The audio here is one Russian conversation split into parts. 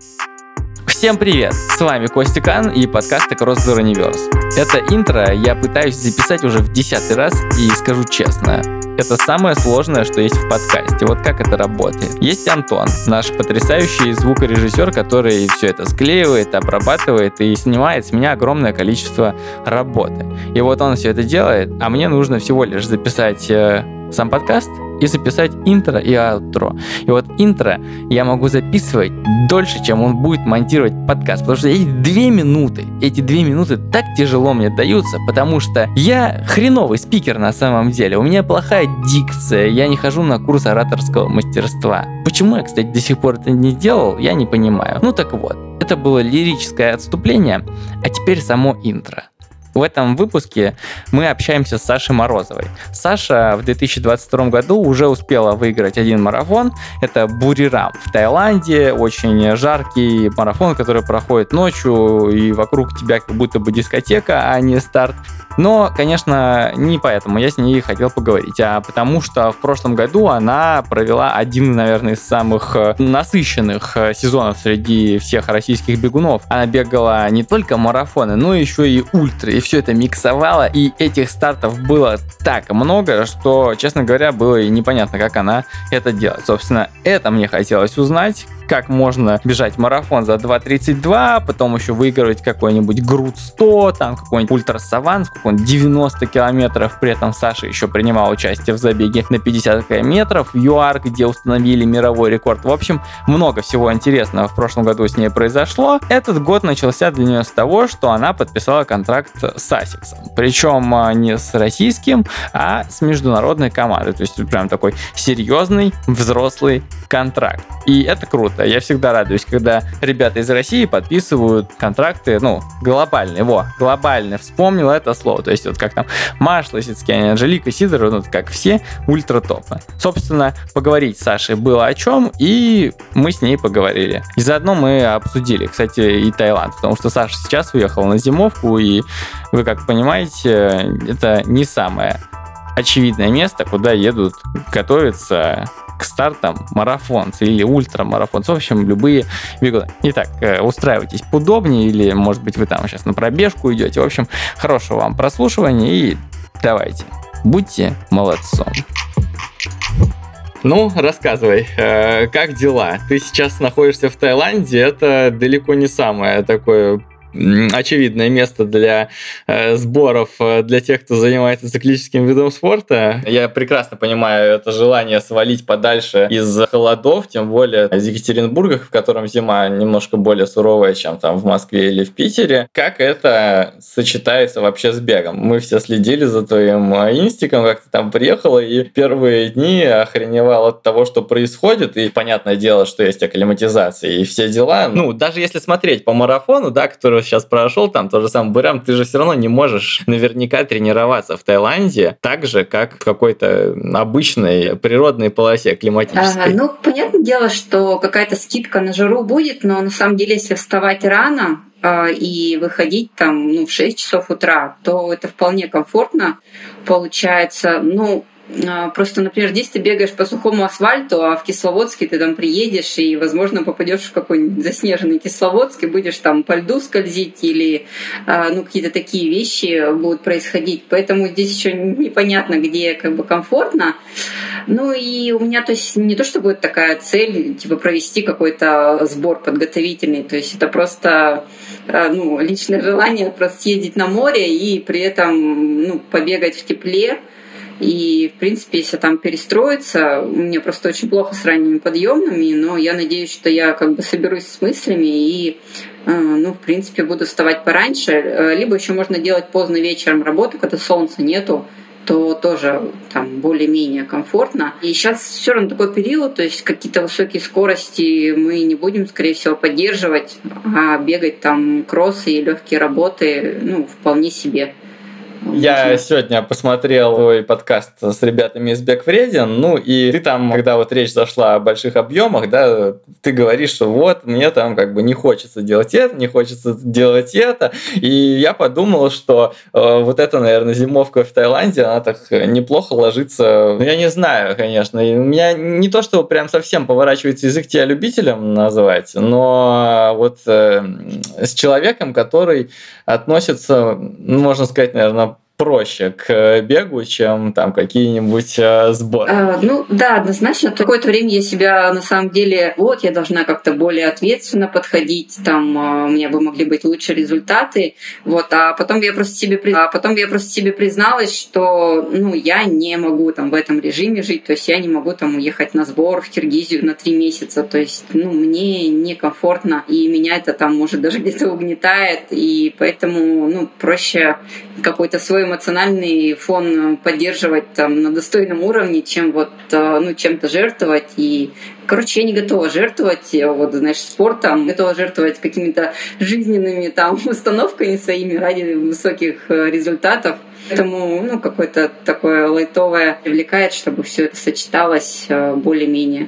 Всем привет! С вами Костя Кан и подкаст Across the Universe. Это интро я пытаюсь записать уже в 10-й раз и скажу честно, это самое сложное, что есть в подкасте. Вот как это работает. Есть Антон, наш потрясающий звукорежиссер, который все это склеивает, обрабатывает и снимает с меня огромное количество работы. И вот он все это делает, а мне нужно всего лишь записать сам подкаст и записать интро и аутро. И вот интро я могу записывать дольше, чем он будет монтировать подкаст, потому что эти 2 минуты так тяжело мне даются, потому что я хреновый спикер на самом деле, у меня плохая дикция, я не хожу на курс ораторского мастерства. Почему я, кстати, до сих пор это не делал, я не понимаю. Ну так вот, это было лирическое отступление, а теперь само интро. В этом выпуске мы общаемся с Сашей Морозовой. Саша в 2022 году уже успела выиграть один марафон. Это Бурирам в Таиланде. Очень жаркий марафон, который проходит ночью, и вокруг тебя как будто бы дискотека, а не старт. Но, конечно, не поэтому я с ней хотел поговорить, а потому что в прошлом году она провела один, наверное, из самых насыщенных сезонов среди всех российских бегунов. Она бегала не только марафоны, но еще и ультры, и все это миксовала, и этих стартов было так много, что, честно говоря, было и непонятно, как она это делает. Собственно, это мне хотелось узнать, как можно бежать марафон за 2:32, потом еще выигрывать какой-нибудь Груд 100, там какой-нибудь Ультра Саван, сколько-нибудь 90 километров. При этом Саша еще принимал участие в забеге на 50 километров в ЮАР, где установили мировой рекорд. В общем, много всего интересного в прошлом году с ней произошло. Этот год начался для нее с того, что она подписала контракт с Асиксом. Причем не с российским, а с международной командой. То есть прям такой серьезный взрослый контракт. И это круто. Я всегда радуюсь, когда ребята из России подписывают контракты, глобальные. Вспомнил это слово. То есть вот как там Маша Лысицкий, Анжелика Сидорова, как все ультратопы. Собственно, поговорить с Сашей было о чем, и мы с ней поговорили. И заодно мы обсудили, кстати, и Таиланд, потому что Саша сейчас уехала на зимовку, и вы как понимаете, это не самое очевидное место, куда едут готовиться к стартам марафонцы или ультрамарафонцы, в общем, любые бегуны. Итак, устраивайтесь поудобнее, или, может быть, вы там сейчас на пробежку идете. В общем, хорошего вам прослушивания, и давайте, будьте молодцом. Ну, рассказывай, как дела? Ты сейчас находишься в Таиланде, это далеко не самое такое очевидное место для сборов для тех, кто занимается циклическим видом спорта. Я прекрасно понимаю это желание свалить подальше из холодов, тем более из Екатеринбурга, в котором зима немножко более суровая, чем там в Москве или в Питере. Как это сочетается вообще с бегом? Мы все следили за твоим инстиком, как ты там приехала, и первые дни охреневал от того, что происходит, и понятное дело, что есть акклиматизация и все дела. Ну, даже если смотреть по марафону, да, который сейчас прошел, там тот же самый Бурирам, ты же все равно не можешь наверняка тренироваться в Таиланде так же, как в какой-то обычной природной полосе климатической. Понятное дело, что какая-то скидка на жару будет, но на самом деле, если вставать рано и выходить там в 6 часов утра, то это вполне комфортно получается. Просто, например, здесь ты бегаешь по сухому асфальту, а в Кисловодске ты там приедешь и, возможно, попадешь в какой-нибудь заснеженный Кисловодск и будешь там по льду скользить или какие-то такие вещи будут происходить. Поэтому здесь еще непонятно, где как бы комфортно. И у меня, то есть, не то чтобы это такая цель, типа провести какой-то сбор подготовительный, то есть это просто личное желание просто съездить на море и при этом побегать в тепле. И, в принципе, если там перестроиться, мне просто очень плохо с ранними подъемами, но я надеюсь, что я как бы соберусь с мыслями и, в принципе, буду вставать пораньше. Либо еще можно делать поздно вечером работу, когда солнца нету, то тоже там более-менее комфортно. И сейчас все равно такой период, то есть какие-то высокие скорости мы не будем, скорее всего, поддерживать, а бегать там кроссы и легкие работы, вполне себе. Я сегодня посмотрел твой подкаст с ребятами из Бег Вреден, ну и ты там, когда вот речь зашла о больших объемах, да, ты говоришь, что вот мне там как бы не хочется делать это, не хочется делать это, и я подумал, что вот эта, наверное, зимовка в Таиланде, она так неплохо ложится, ну я не знаю, конечно, и у меня не то, что прям совсем поворачивается язык тебя любителем назвать, но вот с человеком, который относится, ну, можно сказать, наверное, проще к бегу, чем там какие-нибудь сборы. Ну да, однозначно. Какое-то время я себя на самом деле, вот, я должна как-то более ответственно подходить, там у меня бы могли быть лучше результаты, вот, а потом я просто себе призналась, что, ну, я не могу там в этом режиме жить, то есть я не могу там уехать на сбор в Киргизию на 3 месяца, то есть, ну, мне некомфортно, и меня это там, может, даже где-то угнетает, и поэтому, ну, проще какой-то свой эмоциональный фон поддерживать там на достойном уровне, чем вот, ну, чем-то жертвовать. И, короче, я не готова жертвовать, вот, знаешь, спортом, готова жертвовать какими-то жизненными там установками своими ради высоких результатов. Поэтому, ну, какое-то такое лайтовое привлекает, чтобы все это сочеталось более-менее.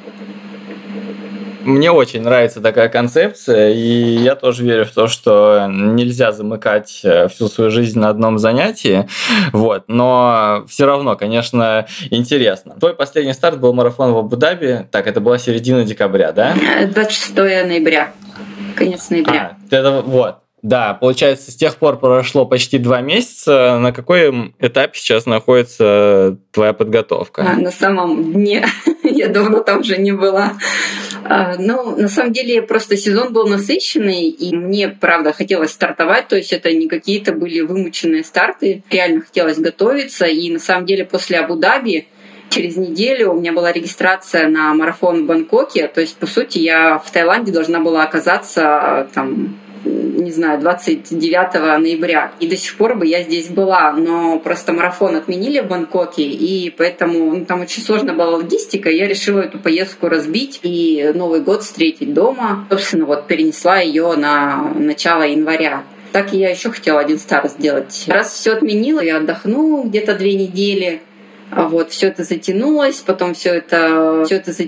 Мне очень нравится такая концепция, и я тоже верю в то, что нельзя замыкать всю свою жизнь на одном занятии, вот, но все равно, конечно, интересно. Твой последний старт был марафон в Абу-Даби, так, это была середина декабря, да? 26 ноября, конец ноября. Это вот. Да, получается, с тех пор прошло почти 2 месяца. На каком этапе сейчас находится твоя подготовка? На самом дне. Я давно там уже не была. Ну, на самом деле, просто сезон был насыщенный, и мне, правда, хотелось стартовать, то есть это не какие-то были вымученные старты, реально хотелось готовиться, и на самом деле после Абу-Даби через неделю у меня была регистрация на марафон в Бангкоке, то есть, по сути, я в Таиланде должна была оказаться там, не знаю, 29 ноября. И до сих пор бы я здесь была, но просто марафон отменили в Бангкоке, и поэтому там очень сложно была логистика, и я решила эту поездку разбить и Новый год встретить дома. Собственно, вот перенесла ее на начало января. Так я еще хотела один старт сделать. Раз все отменила, я отдохну где-то 2 недели. Вот, все это затянулось, потом все это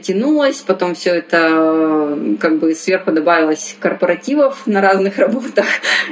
как бы сверху добавилось корпоративов на разных работах,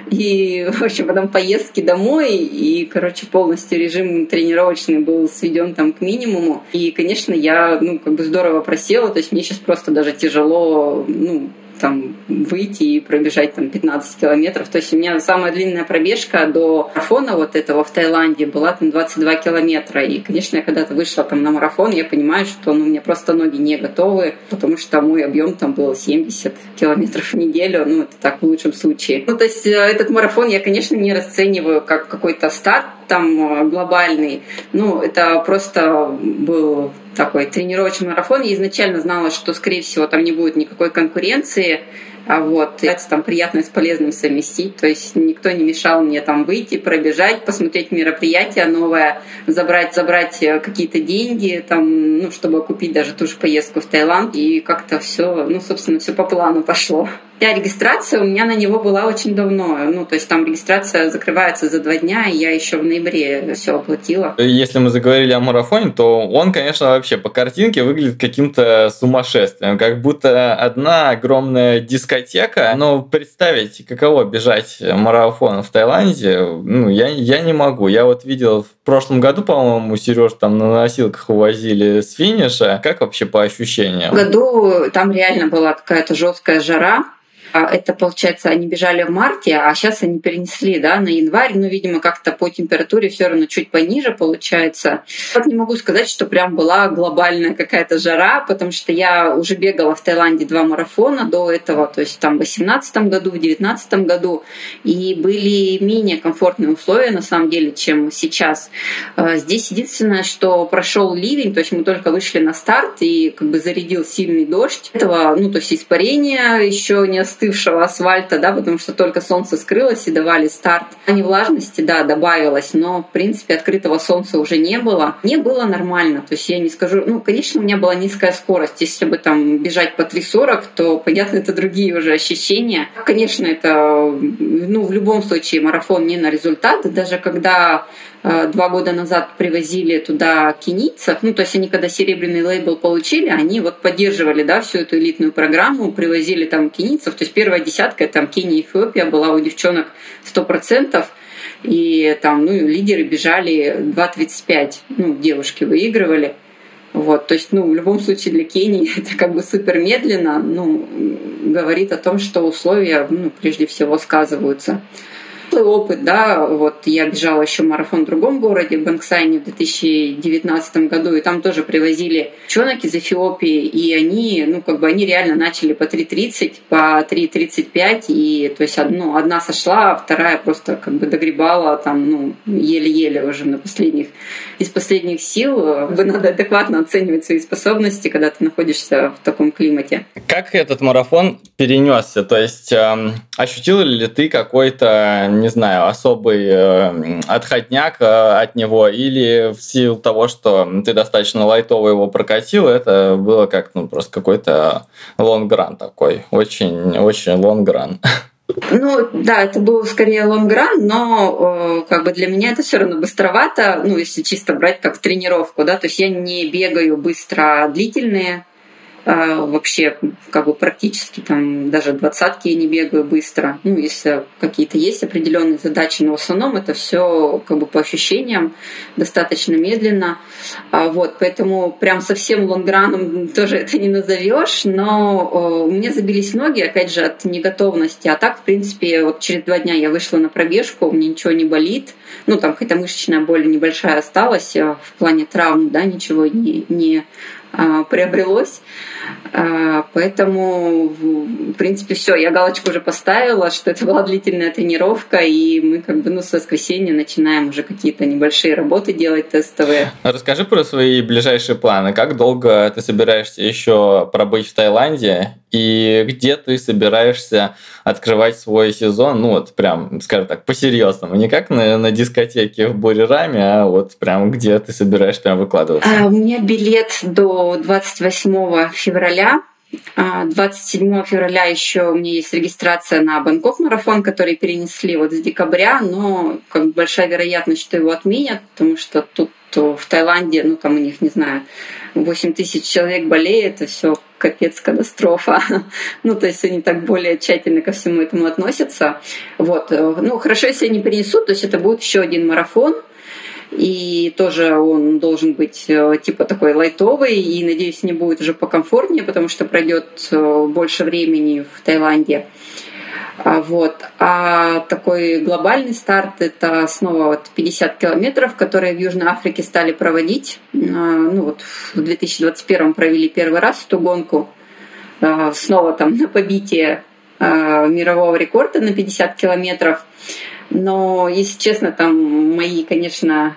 и, в общем, потом поездки домой, и, короче, полностью режим тренировочный был сведен там к минимуму, и, конечно, я, ну, как бы здорово просела, то есть мне сейчас просто даже тяжело, ну, там выйти и пробежать там 15 километров. То есть у меня самая длинная пробежка до марафона вот этого в Таиланде была там 22 километра. И, конечно, я когда-то вышла там на марафон, я понимаю, что ну, у меня просто ноги не готовы, потому что мой объем там был 70 километров в неделю. Ну, это так в лучшем случае. Ну, то есть этот марафон я, конечно, не расцениваю как какой-то старт там глобальный. Ну, это просто был такой тренировочный марафон. Я изначально знала, что, скорее всего, там не будет никакой конкуренции. Вот. Это там приятное с полезным совместить. То есть никто не мешал мне там выйти, пробежать, посмотреть мероприятие новое, забрать какие-то деньги, там, ну, чтобы купить даже ту же поездку в Таиланд. И как-то все, ну, собственно, все по плану пошло. Регистрация у меня на него была очень давно. Ну, то есть там регистрация закрывается за 2 дня, и я еще в ноябре все оплатила. Если мы заговорили о марафоне, то он, конечно, вообще по картинке выглядит каким-то сумасшествием, как будто одна огромная дискотека. Но представить, каково бежать марафон в Таиланде, ну, я не могу. Я вот видел в прошлом году, по-моему, Серёж там на носилках увозили с финиша. Как вообще по ощущениям? В году там реально была какая-то жесткая жара. Это, получается, они бежали в марте, а сейчас они перенесли, да, на январь. Ну, видимо, как-то по температуре все равно чуть пониже получается. Вот не могу сказать, что прям была глобальная какая-то жара, потому что я уже бегала в Таиланде 2 марафона до этого, то есть там в 2018 году, в 2019 году, и были менее комфортные условия, на самом деле, чем сейчас. Здесь единственное, что прошел ливень, то есть мы только вышли на старт, и как бы зарядил сильный дождь. Этого, ну, то есть испарения еще не осталось, остывшего асфальта, да, потому что только солнце скрылось и давали старт. Влажности, да, добавилось, но, в принципе, открытого солнца уже не было. Мне было нормально, то есть я не скажу... конечно, у меня была низкая скорость. Если бы там бежать по 3:40, то, понятно, это другие уже ощущения. Конечно, это, в любом случае марафон не на результат. Даже когда 2 года назад привозили туда кенийцев, то есть они когда серебряный лейбл получили, они вот поддерживали, да, всю эту элитную программу, привозили там кенийцев, то есть первая десятка, там Кения, Эфиопия была у девчонок 100%, и там, лидеры бежали 2:35, девушки выигрывали. Вот, то есть, в любом случае для Кении это как бы супер медленно, говорит о том, что условия, прежде всего сказываются. Опыт, да, вот я бежала еще марафон в другом городе, в Бэнксайне в 2019 году, и там тоже привозили девчонок из Эфиопии, и они, они реально начали по 3:30, по 3:35, и то есть одна сошла, а вторая просто как бы догребала там, еле-еле уже из последних сил. Надо адекватно оценивать свои способности, когда ты находишься в таком климате. Как этот марафон перенесся? То есть ощутила ли ты какой-то, не знаю, особый отходняк от него, или в силу того, что ты достаточно лайтово его прокатил, это было как просто какой-то лонгран такой, очень-очень лонгран? Да, это был скорее лонгран, но как бы для меня это все равно быстровато, если чисто брать как тренировку, да, то есть я не бегаю быстро длительные, вообще как бы практически там даже 20-ки я не бегаю быстро, если какие-то есть определенные задачи, но в основном это все как бы по ощущениям достаточно медленно, вот, поэтому прям совсем лонграном тоже это не назовешь, но у меня забились ноги, опять же, от неготовности, а так, в принципе, вот через 2 дня я вышла на пробежку, у меня ничего не болит, там какая-то мышечная боль небольшая осталась, в плане травм, да, ничего не приобрелось. Поэтому, в принципе, все, я галочку уже поставила, что это была длительная тренировка, и мы как бы с воскресенья начинаем уже какие-то небольшие работы делать тестовые. Расскажи про свои ближайшие планы. Как долго ты собираешься еще пробыть в Таиланде, и где ты собираешься открывать свой сезон, прям, скажем так, по-серьезному, не как на дискотеке в Бурираме, а вот прям где ты собираешься прям выкладываться? У меня билет до 28 февраля. 27 февраля еще у меня есть регистрация на Бангкок-марафон, который перенесли с декабря, но как бы большая вероятность, что его отменят, потому что тут в Таиланде, там у них, не знаю, 8 тысяч человек болеет, это все капец, катастрофа. То есть они так более тщательно ко всему этому относятся. Вот. Хорошо, если они перенесут, то есть это будет еще один марафон, и тоже он должен быть типа такой лайтовый, и, надеюсь, не будет уже покомфортнее, потому что пройдет больше времени в Таиланде. Вот. А такой глобальный старт — это снова 50 километров, которые в Южной Африке стали проводить. В 2021 провели первый раз эту гонку. Снова там на побитие мирового рекорда на 50 километров. Но, если честно, там мои, конечно,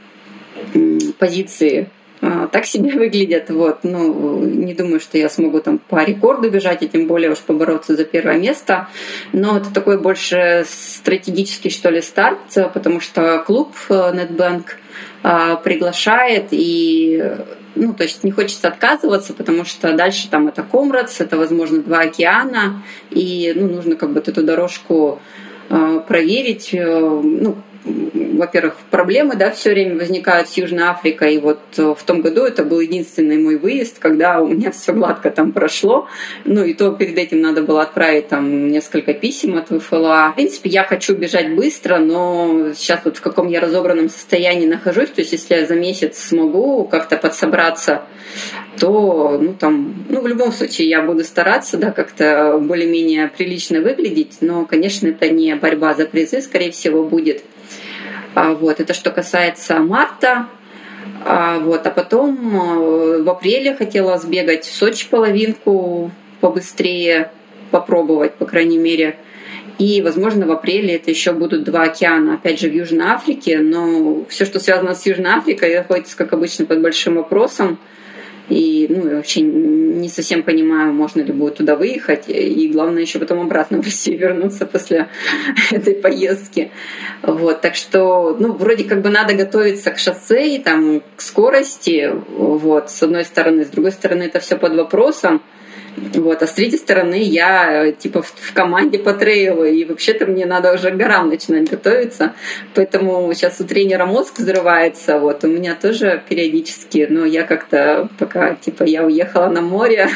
позиции так себе выглядят. Не думаю, что я смогу там по рекорду бежать, и тем более уж побороться за первое место. Но это такой больше стратегический, что ли, старт, потому что клуб Nedbank приглашает, и то есть не хочется отказываться, потому что дальше там это Комрадс, это, возможно, 2 океана, и нужно как бы эту дорожку проверить. Во-первых, проблемы, да, все время возникают с Южной Африкой. И вот в том году это был единственный мой выезд, когда у меня все гладко там прошло. И то перед этим надо было отправить там несколько писем от ВФЛА. В принципе, я хочу бежать быстро, но сейчас в каком я разобранном состоянии нахожусь. То есть, если я за месяц смогу как-то подсобраться, то, в любом случае я буду стараться, да, как-то более-менее прилично выглядеть. Но, конечно, это не борьба за призы, скорее всего, будет. Это что касается марта. А потом в апреле хотела сбегать в Сочи половинку побыстрее, попробовать, по крайней мере. И, возможно, в апреле это еще будут 2 океана, опять же, в Южной Африке. Но все, что связано с Южной Африкой, находится, как обычно, под большим вопросом. И, ну, и вообще не совсем понимаю, можно ли будет туда выехать. И главное еще потом обратно в Россию вернуться после этой поездки. Вот, так что, ну, вроде как бы надо готовиться к шоссе и там к скорости, вот, с одной стороны. С другой стороны, это все под вопросом. Вот. А с третьей стороны, я типа в команде по трейлу, и вообще-то мне надо уже к горам начинать готовиться. Поэтому сейчас у тренера мозг взрывается. Вот. У меня тоже периодически, но я как-то пока типа я уехала на море,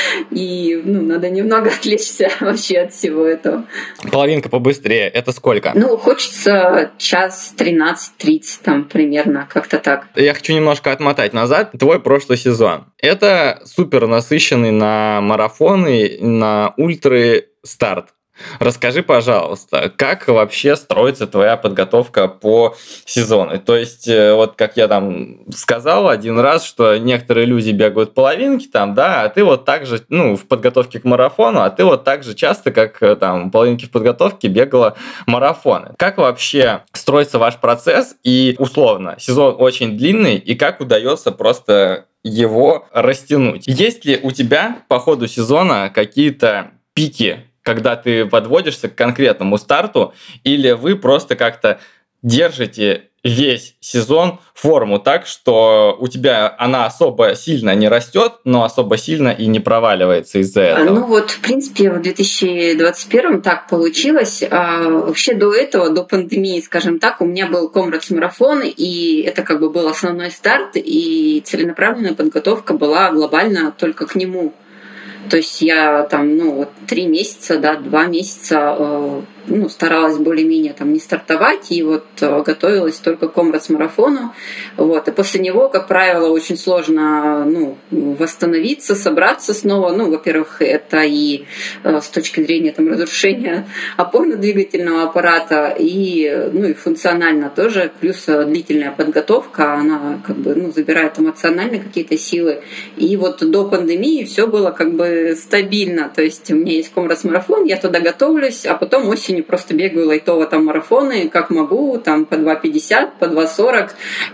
и ну, надо немного отвлечься вообще от всего этого. Половинка побыстрее, это сколько? Ну, хочется час 13-30 там примерно, как-то так. Я хочу немножко отмотать назад. Твой прошлый сезон. Это супер насыщенный на марафоны, на ультры старт. Расскажи, пожалуйста, как вообще строится твоя подготовка по сезону? То есть, вот как я там сказал один раз, что некоторые люди бегают половинки там, да, а ты вот так же, ну, в подготовке к марафону, а ты вот так же часто, как там половинки в подготовке, бегала марафоны. Как вообще строится ваш процесс? И условно, сезон очень длинный, и как удается просто его растянуть? Есть ли у тебя по ходу сезона какие-то пики, когда ты подводишься к конкретному старту, или вы просто как-то держите весь сезон форму так, что у тебя она особо сильно не растет, но особо сильно и не проваливается из-за этого? Ну вот, в принципе, в 2021 так получилось. Вообще до этого, до пандемии, скажем так, у меня был Комрадс-марафон, и это как бы был основной старт, и целенаправленная подготовка была глобально только к нему. То есть я там, ну, вот 3 месяца, да, 2 месяца ну, старалась более-менее там не стартовать, и вот готовилась только к Комрадс-марафону. Вот. И после него, как правило, очень сложно, ну, восстановиться, собраться снова. Ну, во-первых, это и с точки зрения там, разрушения опорно-двигательного аппарата, и, ну, и функционально тоже. Плюс длительная подготовка, она как бы, ну, забирает эмоционально какие-то силы. И вот до пандемии все было как бы стабильно. То есть у меня есть Комрадс-марафон, я туда готовлюсь, а потом осенью просто бегаю лайтово там марафоны, как могу, там по 2:50, по 2:40,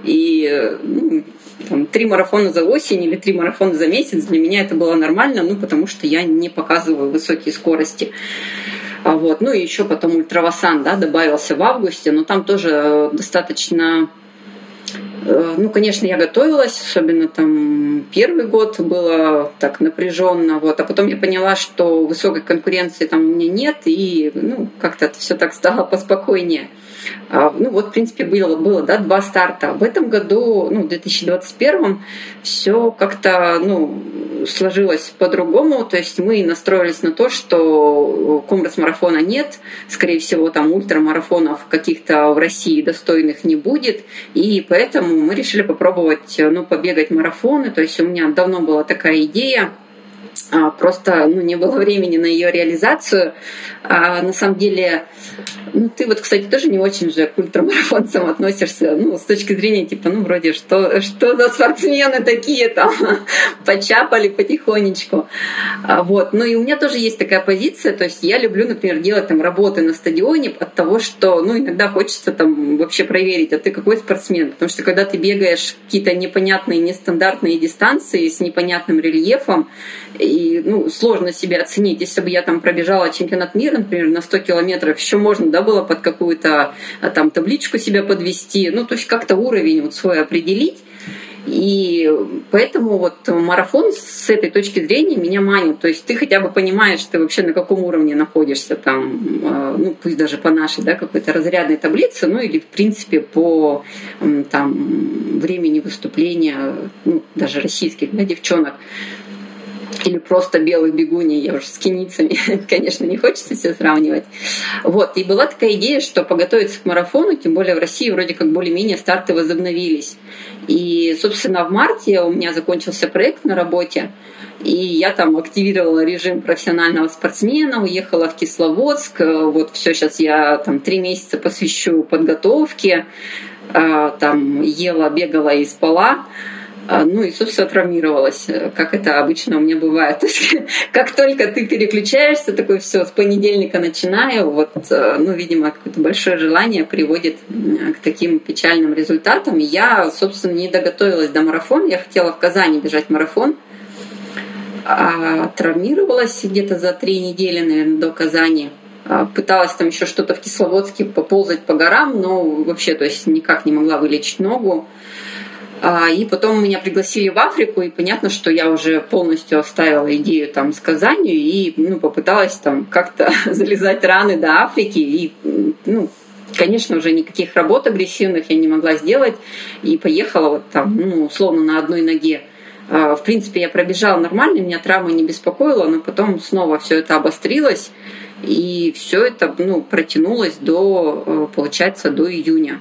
и ну, там, 3 марафона за осень или 3 марафона за месяц, для меня это было нормально, ну, потому что я не показываю высокие скорости. Вот. Ну и еще потом ультравасан, да, добавился в августе, но там тоже достаточно... Ну, конечно, я готовилась, особенно там первый год было так напряженно, вот, а потом я поняла, что высокой конкуренции там у меня нет, и ну, как-то это все так стало поспокойнее. Ну вот, в принципе, было да, 2 старта. В этом году, ну, в 2021 все как-то, ну, сложилось по-другому. То есть мы настроились на то, что Комрадс-марафона нет. Скорее всего, там ультрамарафонов каких-то в России достойных не будет. И поэтому мы решили попробовать, ну, побегать марафоны. То есть у меня давно была такая идея. Просто ну, не было времени на ее реализацию. На самом деле, ну, ты вот, кстати, тоже не очень же к ультрамарафонцам относишься, ну, с точки зрения, типа, ну, вроде, что за спортсмены такие там, почапали потихонечку. Вот. Ну, и у меня тоже есть такая позиция, то есть я люблю, например, делать там работы на стадионе от того, что, ну, иногда хочется там вообще проверить, а ты какой спортсмен, потому что когда ты бегаешь какие-то непонятные, нестандартные дистанции с непонятным рельефом, и ну, сложно себя оценить. Если бы я там пробежала чемпионат мира, например, на 100 километров, еще можно, да, было под какую-то там табличку себя подвести, ну, то есть как-то уровень вот свой определить. И поэтому вот марафон с этой точки зрения меня манит. То есть ты хотя бы понимаешь, ты вообще на каком уровне находишься там, ну пусть даже по нашей, да, какой-то разрядной таблице, ну или в принципе по там времени выступления, ну, даже российских, да, девчонок. Или просто белых бегуней, я уже с кеницами, конечно, не хочется себя сравнивать. Вот. И была такая идея, что подготовиться к марафону, тем более в России вроде как более-менее старты возобновились. И, собственно, в марте у меня закончился проект на работе, и я там активировала режим профессионального спортсмена, уехала в Кисловодск. Вот все, сейчас я там 3 месяца посвящу подготовке, там ела, бегала и спала. Ну и, собственно, травмировалась, как это обычно у меня бывает. То есть, как только ты переключаешься, такой все, с понедельника начинаю, вот, ну, видимо, какое-то большое желание приводит к таким печальным результатам. И я, собственно, не доготовилась до марафона. Я хотела в Казани бежать марафон, а травмировалась где-то за 3 недели, наверное, до Казани. Пыталась там еще что-то в Кисловодске поползать по горам, но вообще, то есть никак не могла вылечить ногу. И потом меня пригласили в Африку, и понятно, что я уже полностью оставила идею там с Казанью и попыталась там как-то залезать раны до Африки. И, конечно, уже никаких работ агрессивных я не могла сделать. И поехала вот там, условно, на одной ноге. В принципе, я пробежала нормально, меня травма не беспокоила, но потом снова все это обострилось. И все это протянулось получается, до июня.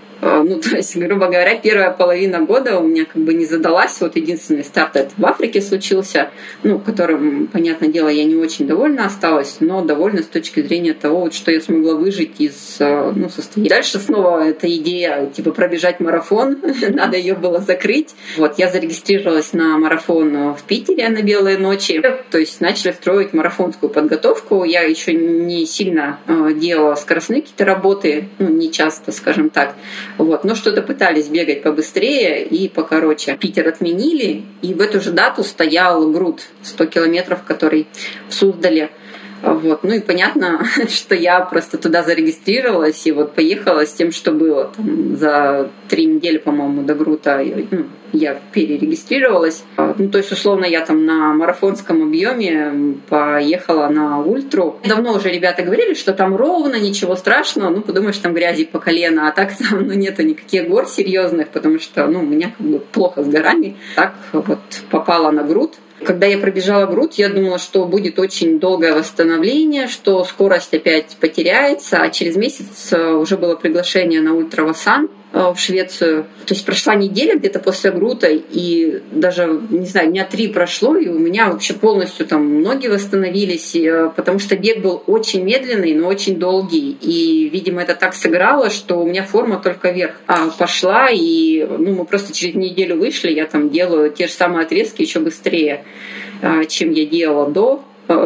То есть, грубо говоря, первая половина года у меня как бы не задалась. Вот единственный старт это в Африке случился, которым, понятное дело, я не очень довольна осталась, но довольна с точки зрения того, вот, что я смогла выжить из состояния. Дальше снова эта идея, пробежать марафон, надо ее было закрыть. Вот, я зарегистрировалась на марафон в Питере на Белые ночи, то есть начали строить марафонскую подготовку. Я еще не сильно делала скоростные какие-то работы, не часто, скажем так. Вот. Но что-то пытались бегать побыстрее и покороче. Питер отменили, и в эту же дату стоял Грут 100 километров, который в Суздале. Вот. Ну и понятно, что я просто туда зарегистрировалась и вот поехала с тем, что было. Там за 3 недели, по-моему, до Грута я перерегистрировалась. То есть, условно, я там на марафонском объеме поехала на ультру. Давно уже ребята говорили, что там ровно, ничего страшного, подумаешь, там грязи по колено, а так там нету никаких гор серьезных, потому что у меня как бы плохо с горами. Так вот попала на Грут. Когда я пробежала Грут, я думала, что будет очень долгое восстановление, что скорость опять потеряется, а через месяц уже было приглашение на Ультра-Васан в Швецию. То есть прошла неделя где-то после Грута, и даже, не знаю, дня 3 прошло, и у меня вообще полностью там ноги восстановились, потому что бег был очень медленный, но очень долгий. И, видимо, это так сыграло, что у меня форма только вверх пошла, и мы просто через неделю вышли, я там делаю те же самые отрезки еще быстрее, чем я делала до,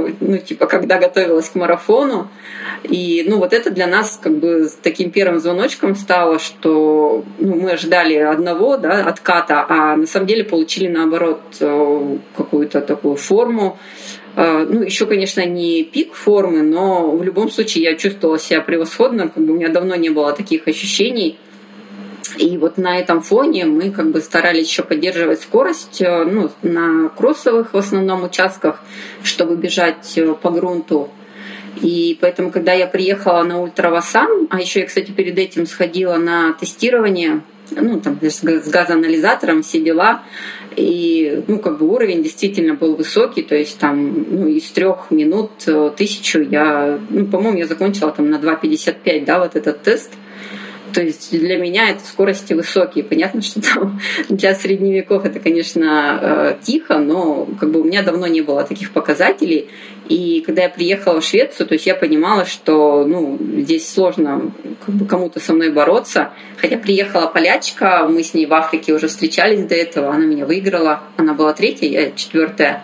когда готовилась к марафону. И, вот это для нас как бы таким первым звоночком стало, что мы ожидали одного, отката, а на самом деле получили, наоборот, какую-то такую форму. Еще, конечно, не пик формы, но в любом случае я чувствовала себя превосходно, как бы у меня давно не было таких ощущений. И вот на этом фоне мы как бы старались еще поддерживать скорость на кроссовых в основном участках, чтобы бежать по грунту. И поэтому, когда я приехала на Ультра-Васан, а еще я, кстати, перед этим сходила на тестирование, с газоанализатором, все дела, и, уровень действительно был высокий, то есть там, из 3 минут 1000 я, по-моему, я закончила там на 2:55, вот этот тест. То есть для меня это скорости высокие. Понятно, что там для средневеков это, конечно, тихо, но как бы у меня давно не было таких показателей. И когда я приехала в Швецию, то есть я понимала, что здесь сложно как бы кому-то со мной бороться. Хотя приехала полячка, мы с ней в Африке уже встречались до этого, она меня выиграла. Она была 3-я, я 4-я.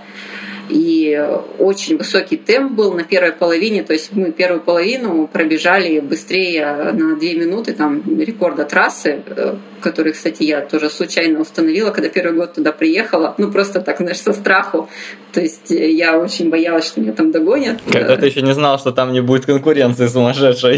И очень высокий темп был на первой половине, то есть мы первую половину пробежали быстрее на 2 минуты, там рекорда трассы, который, кстати, я тоже случайно установила, когда первый год туда приехала, просто так, знаешь, со страху. То есть я очень боялась, что меня там догонят. Когда ты еще не знала, что там не будет конкуренции сумасшедшей.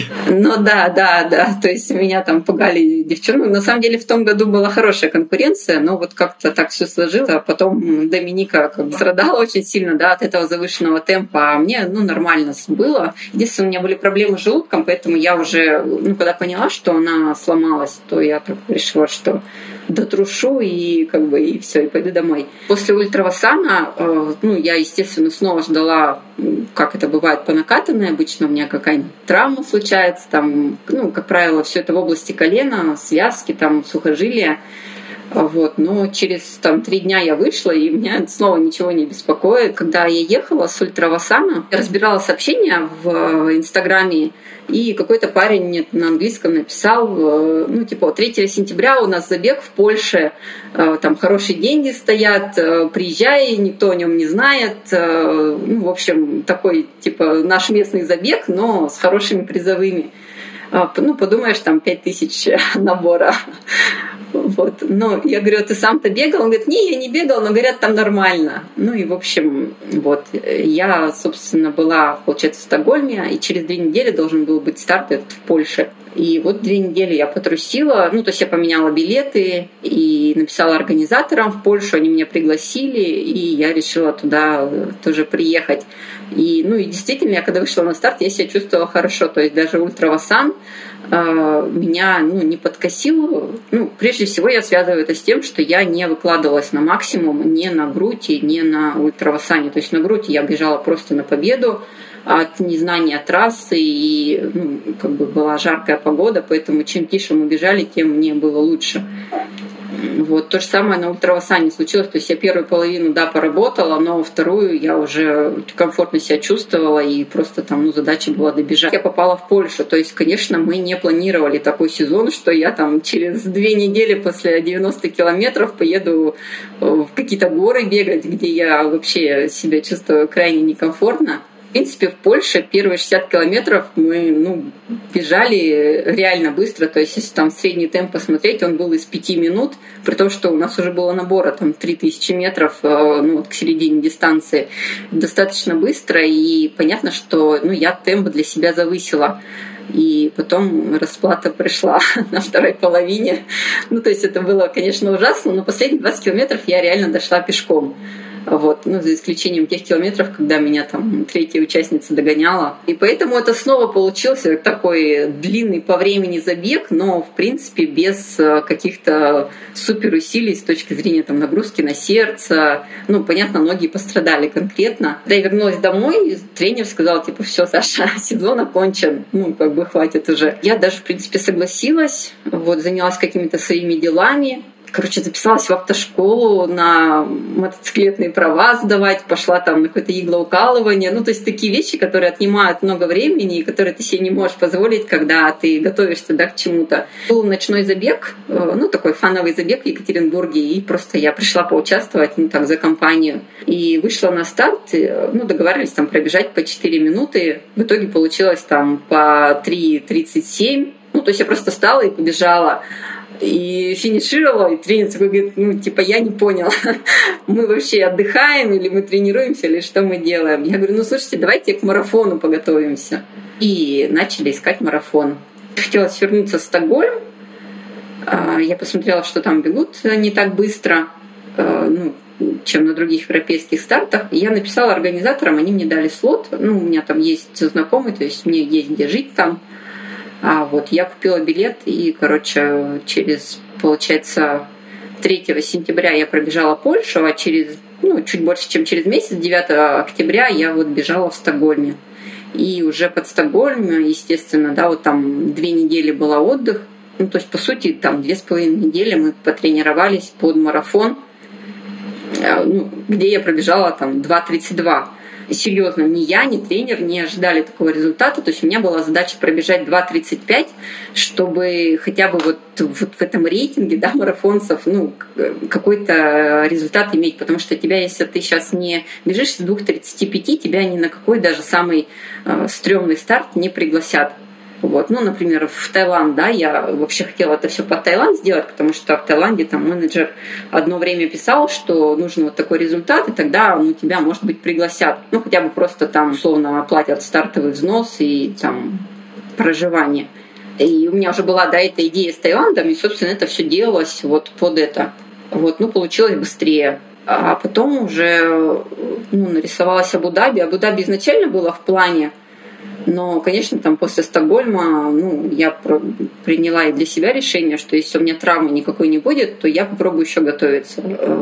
Да. То есть меня там пугали девчонки. На самом деле в том году была хорошая конкуренция, но вот как-то так все сложилось. А потом Доминика как бы страдала очень сильно, от этого завышенного темпа, а мне, нормально было. Единственное, у меня были проблемы с желудком, поэтому я уже, когда поняла, что она сломалась, то я так решила, что дотрушу и и все, и пойду домой. После Ультра-Васана, я, естественно, снова ждала, как это бывает по накатанной. Обычно у меня какая-нибудь травма случается, там, как правило, все это в области колена, связки, там, сухожилия. Вот. Но через 3 дня я вышла, и меня снова ничего не беспокоит. Когда я ехала с Ультравасана, я разбирала сообщения в Инстаграме, и какой-то парень мне на английском написал, 3 сентября у нас забег в Польше, там хорошие деньги стоят, приезжай, никто о нем не знает. В общем, такой, наш местный забег, но с хорошими призовыми. Подумаешь, там 5000 набора. Вот. Но я говорю, ты сам-то бегал? Он говорит, не, я не бегал, но говорят, там нормально. В общем, я, собственно, была, получается, в Стокгольме, и через 2 недели должен был быть старт этот в Польше. И 2 недели я потрусила, то есть я поменяла билеты и написала организаторам в Польшу, они меня пригласили, и я решила туда тоже приехать. И действительно, я когда вышла на старт, я себя чувствовала хорошо, то есть даже Ультравасан меня не подкосил. Прежде всего я связываю это с тем, что я не выкладывалась на максимум ни на грудь, ни на Ультравасане. То есть на грудь я бежала просто на победу от незнания трассы, и была жаркая погода, поэтому чем тише мы бежали, тем мне было лучше. То же самое на Ультравасане случилось. То есть я первую половину, поработала, но вторую я уже комфортно себя чувствовала, и просто задача была добежать. Я попала в Польшу. То есть, конечно, мы не планировали такой сезон, что я через 2 недели после 90 километров поеду в какие-то горы бегать, где я вообще себя чувствую крайне некомфортно. В принципе, в Польше первые 60 километров мы бежали реально быстро. То есть, если средний темп посмотреть, он был из 5 минут, при том, что у нас уже было набора 3000 метров к середине дистанции. Достаточно быстро, и понятно, что я темп для себя завысила. И потом расплата пришла на второй половине. То есть это было, конечно, ужасно, но последние 20 километров я реально дошла пешком. За исключением тех километров, когда меня третья участница догоняла. И поэтому это снова получился такой длинный по времени забег, но, в принципе, без каких-то суперусилий с точки зрения нагрузки на сердце. Понятно, многие пострадали конкретно. Когда я вернулась домой, тренер сказал, все, Саша, сезон окончен, хватит уже. Я даже, в принципе, согласилась, занялась какими-то своими делами. Записалась в автошколу на мотоциклетные права сдавать, пошла на какое-то иглоукалывание. То есть такие вещи, которые отнимают много времени и которые ты себе не можешь позволить, когда ты готовишься к чему-то. Был ночной забег, такой фановый забег в Екатеринбурге, и просто я пришла поучаствовать, за компанию. И вышла на старт, договаривались пробежать по 4 минуты. В итоге получилось по 3:37. То есть я просто встала и побежала. И финишировала, и тренер такой говорит, я не понял, мы вообще отдыхаем, или мы тренируемся, или что мы делаем. Я говорю, слушайте, давайте к марафону подготовимся. И начали искать марафон. Хотелось вернуться в Стокгольм. Я посмотрела, что там бегут не так быстро, чем на других европейских стартах. И я написала организаторам, они мне дали слот. У меня там есть знакомый, то есть мне есть где жить там. Я купила билет, и, через, получается, 3 сентября я пробежала Польшу, а через, чуть больше, чем через месяц, 9 октября, я бежала в Стокгольме. И уже под Стокгольм, естественно, 2 недели был отдых. То есть, по сути, 2,5 недели мы потренировались под марафон, где я пробежала 2:32. Серьезно, ни я, ни тренер не ожидали такого результата. То есть у меня была задача пробежать 2:35, чтобы хотя бы в этом рейтинге марафонцев какой-то результат иметь. Потому что если ты сейчас не бежишь с 2:35, тебя ни на какой даже самый стрёмный старт не пригласят. Например, в Таиланд, я вообще хотела это все под Таиланд сделать, потому что в Таиланде менеджер одно время писал, что нужен такой результат, и тогда тебя, может быть, пригласят. Хотя бы просто условно оплатят стартовый взнос и проживание. И у меня уже была эта идея с Таиландом, и, собственно, это все делалось под это. Получилось быстрее. А потом уже нарисовалась Абу-Даби. Абу-Даби изначально было в плане, но, конечно, после Стокгольма я приняла и для себя решение, что если у меня травмы никакой не будет, то я попробую еще готовиться.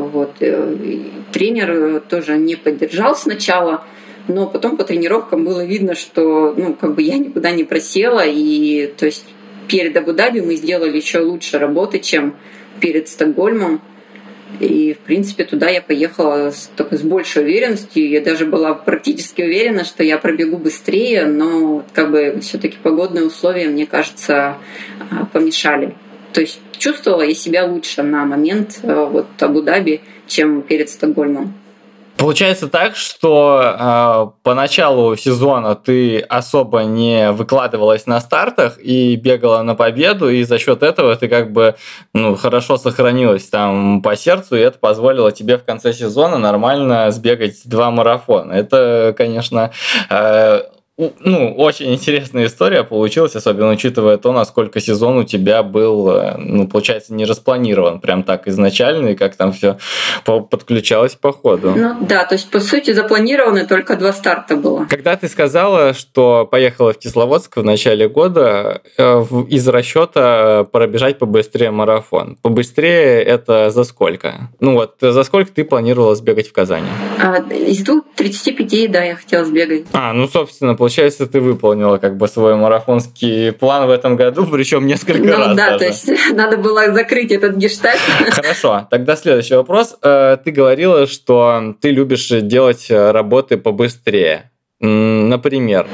Тренер тоже не поддержал сначала, но потом по тренировкам было видно, что я никуда не просела. И то есть перед Абу-Даби мы сделали еще лучше работы, чем перед Стокгольмом. И, в принципе, туда я поехала с большей уверенностью. Я даже была практически уверена, что я пробегу быстрее, но все-таки погодные условия, мне кажется, помешали. То есть чувствовала я себя лучше на момент Абу-Даби, чем перед Стокгольмом. Получается так, что по началу сезона ты особо не выкладывалась на стартах и бегала на победу, и за счет этого ты хорошо сохранилась там по сердцу, и это позволило тебе в конце сезона нормально сбегать 2 марафона. Это, конечно, очень интересная история получилась, особенно учитывая то, насколько сезон у тебя был, получается, не распланирован прям так изначально, и как там все подключалось по ходу. То есть, по сути, запланировано только 2 старта было. Когда ты сказала, что поехала в Кисловодск в начале года, из расчета пробежать побыстрее марафон. Побыстрее это за сколько? За сколько ты планировала сбегать в Казани? Из 2:35, да, я хотела сбегать. Собственно, получается, ты выполнила свой марафонский план в этом году, причем несколько раз. Да, то есть надо было закрыть этот гештальт. Хорошо, тогда следующий вопрос. Ты говорила, что ты любишь делать работы побыстрее. Например?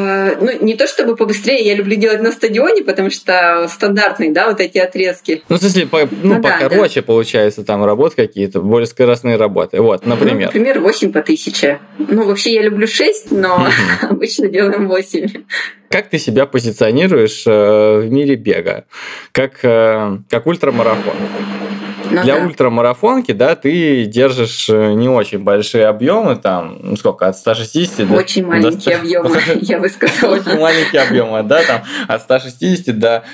Не то чтобы побыстрее, я люблю делать на стадионе, потому что стандартные, эти отрезки. В смысле, покороче, получается, там работы какие-то, более скоростные работы. Вот, например. Например, 8 по 1000. Вообще я люблю 6, но обычно делаем 8. Как ты себя позиционируешь в мире бега? Как ультрамарафон? Для ультрамарафонки, да, ты держишь не очень большие объемы, там, от 160 до... Очень маленькие объемы, я бы сказала. Очень маленькие объемы, да, там, от 160 до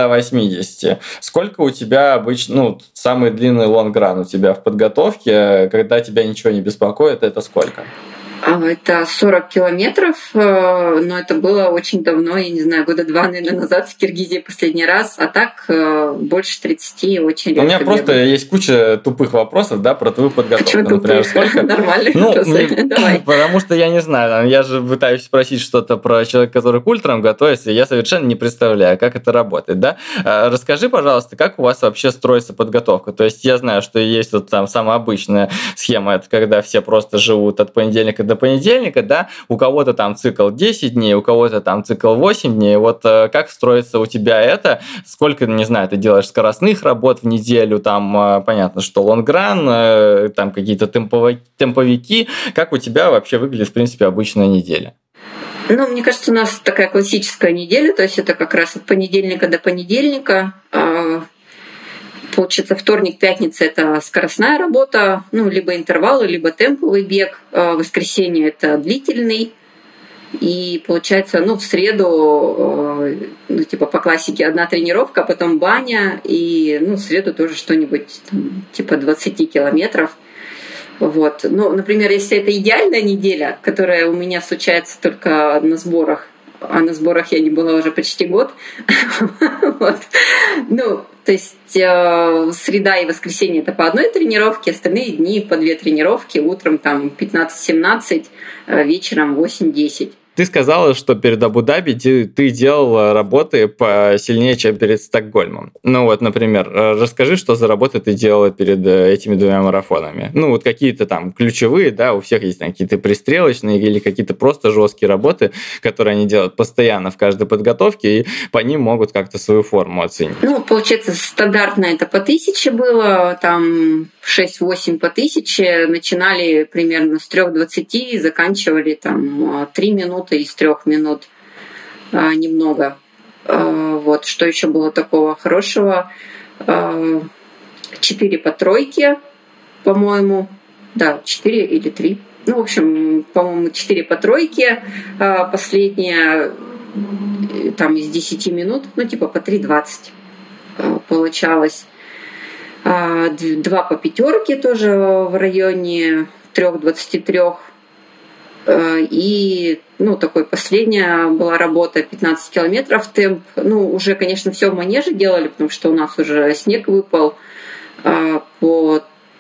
180. Сколько у тебя обычно, самый длинный лонгран у тебя в подготовке, когда тебя ничего не беспокоит, это сколько? Это 40 километров, но это было очень давно, я не знаю, 2 года, наверное, назад в Киргизии последний раз, а так больше 30 очень редко. У меня просто есть куча тупых вопросов, да, про твою подготовку. Почему например, сколько? Нормальные вопросы, давай. Потому что я не знаю, я же пытаюсь спросить что-то про человека, который к ультрам готовится, и я совершенно не представляю, как это работает, да. Расскажи, пожалуйста, как у вас вообще строится подготовка? То есть я знаю, что есть там самая обычная схема, это когда все просто живут от понедельника до понедельника, да, у кого-то там цикл 10 дней, у кого-то там цикл 8 дней, как строится у тебя это, сколько, не знаю, ты делаешь скоростных работ в неделю, там, понятно, что лонгран, там какие-то темповики, как у тебя вообще выглядит, в принципе, обычная неделя? Мне кажется, у нас такая классическая неделя, то есть это как раз от понедельника до понедельника. Получается, вторник, пятница — это скоростная работа, либо интервалы, либо темповый бег. Воскресенье — это длительный. И получается, в среду, по классике, 1 тренировка, а потом баня. И в среду тоже что-нибудь типа 20 километров. Вот. Например, если это идеальная неделя, которая у меня случается только на сборах, а на сборах я не была уже почти год. То есть среда и воскресенье — это по 1 тренировке, остальные дни по 2 тренировки, утром там 15-17, вечером 8-10. Ты сказала, что перед Абу-Даби ты делал работы посильнее, чем перед Стокгольмом. Например, расскажи, что за работы ты делала перед этими 2 марафонами. Какие-то там ключевые, да, у всех есть там какие-то пристрелочные или какие-то просто жесткие работы, которые они делают постоянно в каждой подготовке, и по ним могут как-то свою форму оценить. Получается, стандартно это по 1000 было, там 6-8 по 1000, начинали примерно с 3:20, заканчивали там 3 минуты из 3 минут, немного. Что еще было такого хорошего? 4 по 3, по-моему. Да, 4 или 3. В общем, по-моему, 4 по 3. Последняя там из 10 минут, по 3:20 получалось. 2 по 5 тоже в районе 3:23. И такой последняя была работа 15 километров темп. Уже, конечно, все в манеже делали, потому что у нас уже снег выпал. По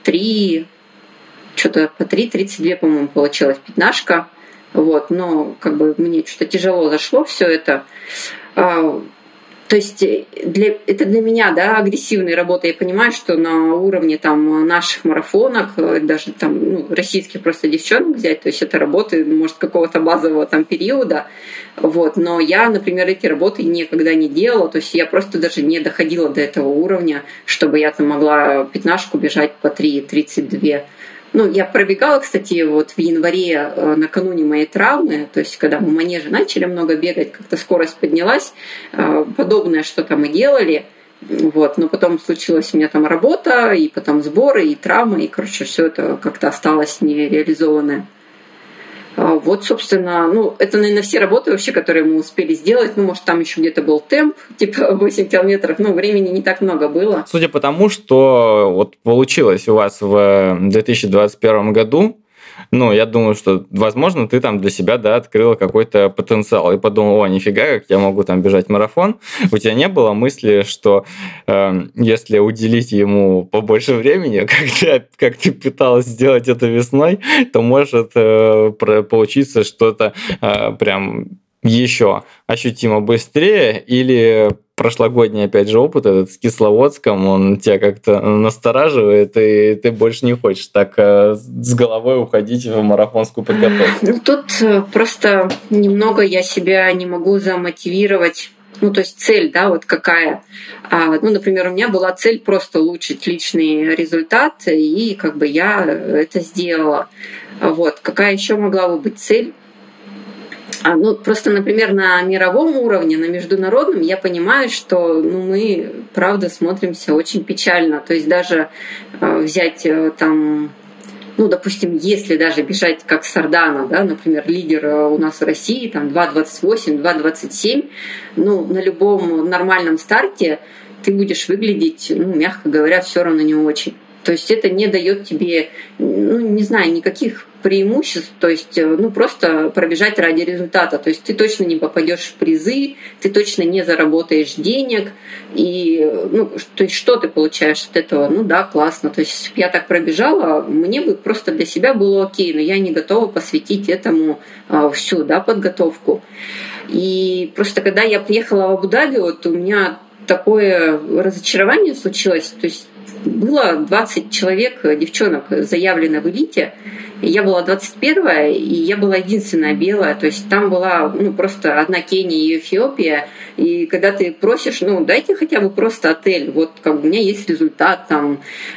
3:32, по-моему, получилась пятнашка. Но мне что-то тяжело зашло все это. То есть это для меня, да, агрессивная работа. Я понимаю, что на уровне там наших марафонок, даже там российских просто девчонок взять, то есть это работы, может, какого-то базового там периода, вот. Но я, например, эти работы никогда не делала, то есть я просто даже не доходила до этого уровня, чтобы я там могла пятнашку бежать по 3:32. Я пробегала, кстати, вот в январе накануне моей травмы, то есть когда мы в манеже начали много бегать, как-то скорость поднялась, подобное что-то мы делали, вот, но потом случилась у меня там работа, и потом сборы, и травмы, и, короче, все это как-то осталось нереализованное. Вот, собственно, это, наверное, все работы вообще, которые мы успели сделать. Может, там еще где-то был темп, типа 8 километров, времени не так много было. Судя по тому, что вот получилось у вас в 2021 году, я думаю, что, возможно, ты там для себя, да, открыла какой-то потенциал и подумала, нифига, как я могу там бежать марафон. У тебя не было мысли, что если уделить ему побольше времени, как ты пыталась сделать это весной, то может получиться что-то прям еще ощутимо быстрее, или прошлогодний, опять же, опыт этот с Кисловодском, он тебя как-то настораживает, и ты больше не хочешь так с головой уходить в марафонскую подготовку? Тут просто немного я себя не могу замотивировать. То есть цель, да, вот какая. Например, у меня была цель просто улучшить личный результат, и как бы я это сделала. Вот. Какая еще могла бы быть цель? Просто, например, на мировом уровне, на международном, я понимаю, что мы, правда, смотримся очень печально. То есть даже взять там, допустим, если даже бежать как Сардана, да, например, лидер у нас в России, там 2:28, 2:27, на любом нормальном старте ты будешь выглядеть, мягко говоря, все равно не очень. То есть это не дает тебе, не знаю, никаких преимуществ, то есть просто пробежать ради результата. То есть ты точно не попадешь в призы, ты точно не заработаешь денег. И то есть что ты получаешь от этого? Да, классно. То есть если бы я так пробежала, мне бы просто для себя было окей, но я не готова посвятить этому всю, да, подготовку. И просто когда я приехала в Абу-Даби, вот у меня такое разочарование случилось. То есть было 20 человек, девчонок, заявлено в элите. Я была 21-я, и я была единственная белая. То есть там была просто одна Кения и Эфиопия. И когда ты просишь, дайте хотя бы просто отель. Вот как бы у меня есть результат там.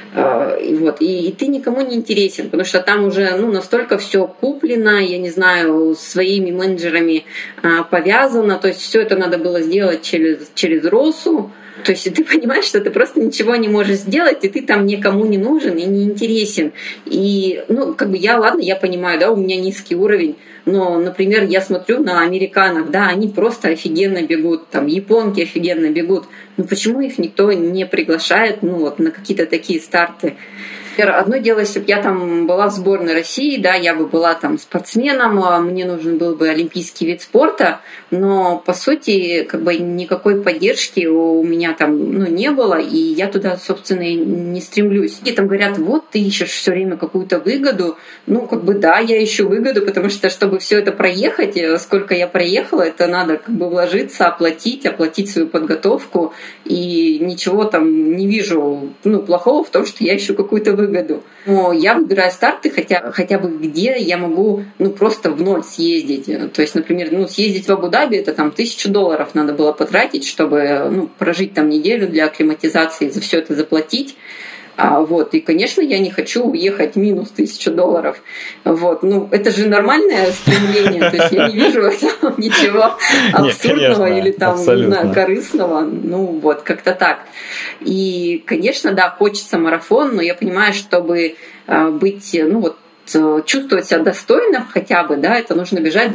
И ты никому не интересен, потому что там уже настолько все куплено, я не знаю, своими менеджерами повязано. То есть все это надо было сделать через Росу. То есть ты понимаешь, что ты просто ничего не можешь сделать, и ты там никому не нужен и не интересен. И, я понимаю, да, у меня низкий уровень, но, например, я смотрю на американок, да, они просто офигенно бегут, там, японки офигенно бегут. Почему их никто не приглашает, на какие-то такие старты? Одно дело, если бы я там была в сборной России, да, я бы была там спортсменом, мне нужен был бы олимпийский вид спорта, но по сути как бы никакой поддержки у меня там не было, и я туда, собственно, и не стремлюсь. И там говорят, вот ты ищешь все время какую-то выгоду. Да, я ищу выгоду, потому что чтобы все это проехать, сколько я проехала, это надо как бы вложиться, оплатить свою подготовку, и ничего там не вижу плохого в том, что я ищу какую-то выгоду. Но я выбираю старты, хотя бы где я могу просто в ноль съездить. То есть, например, съездить в Абу-Даби, это там $1000 надо было потратить, чтобы прожить там неделю для акклиматизации, за все это заплатить. И, конечно, я не хочу уехать минус $1000. Это же нормальное стремление, то есть я не вижу в этом ничего абсурдного или там, не знаю, корыстного. Как-то так. И, конечно, да, хочется марафон, но я понимаю, чтобы быть, чувствовать себя достойным хотя бы, да, это нужно бежать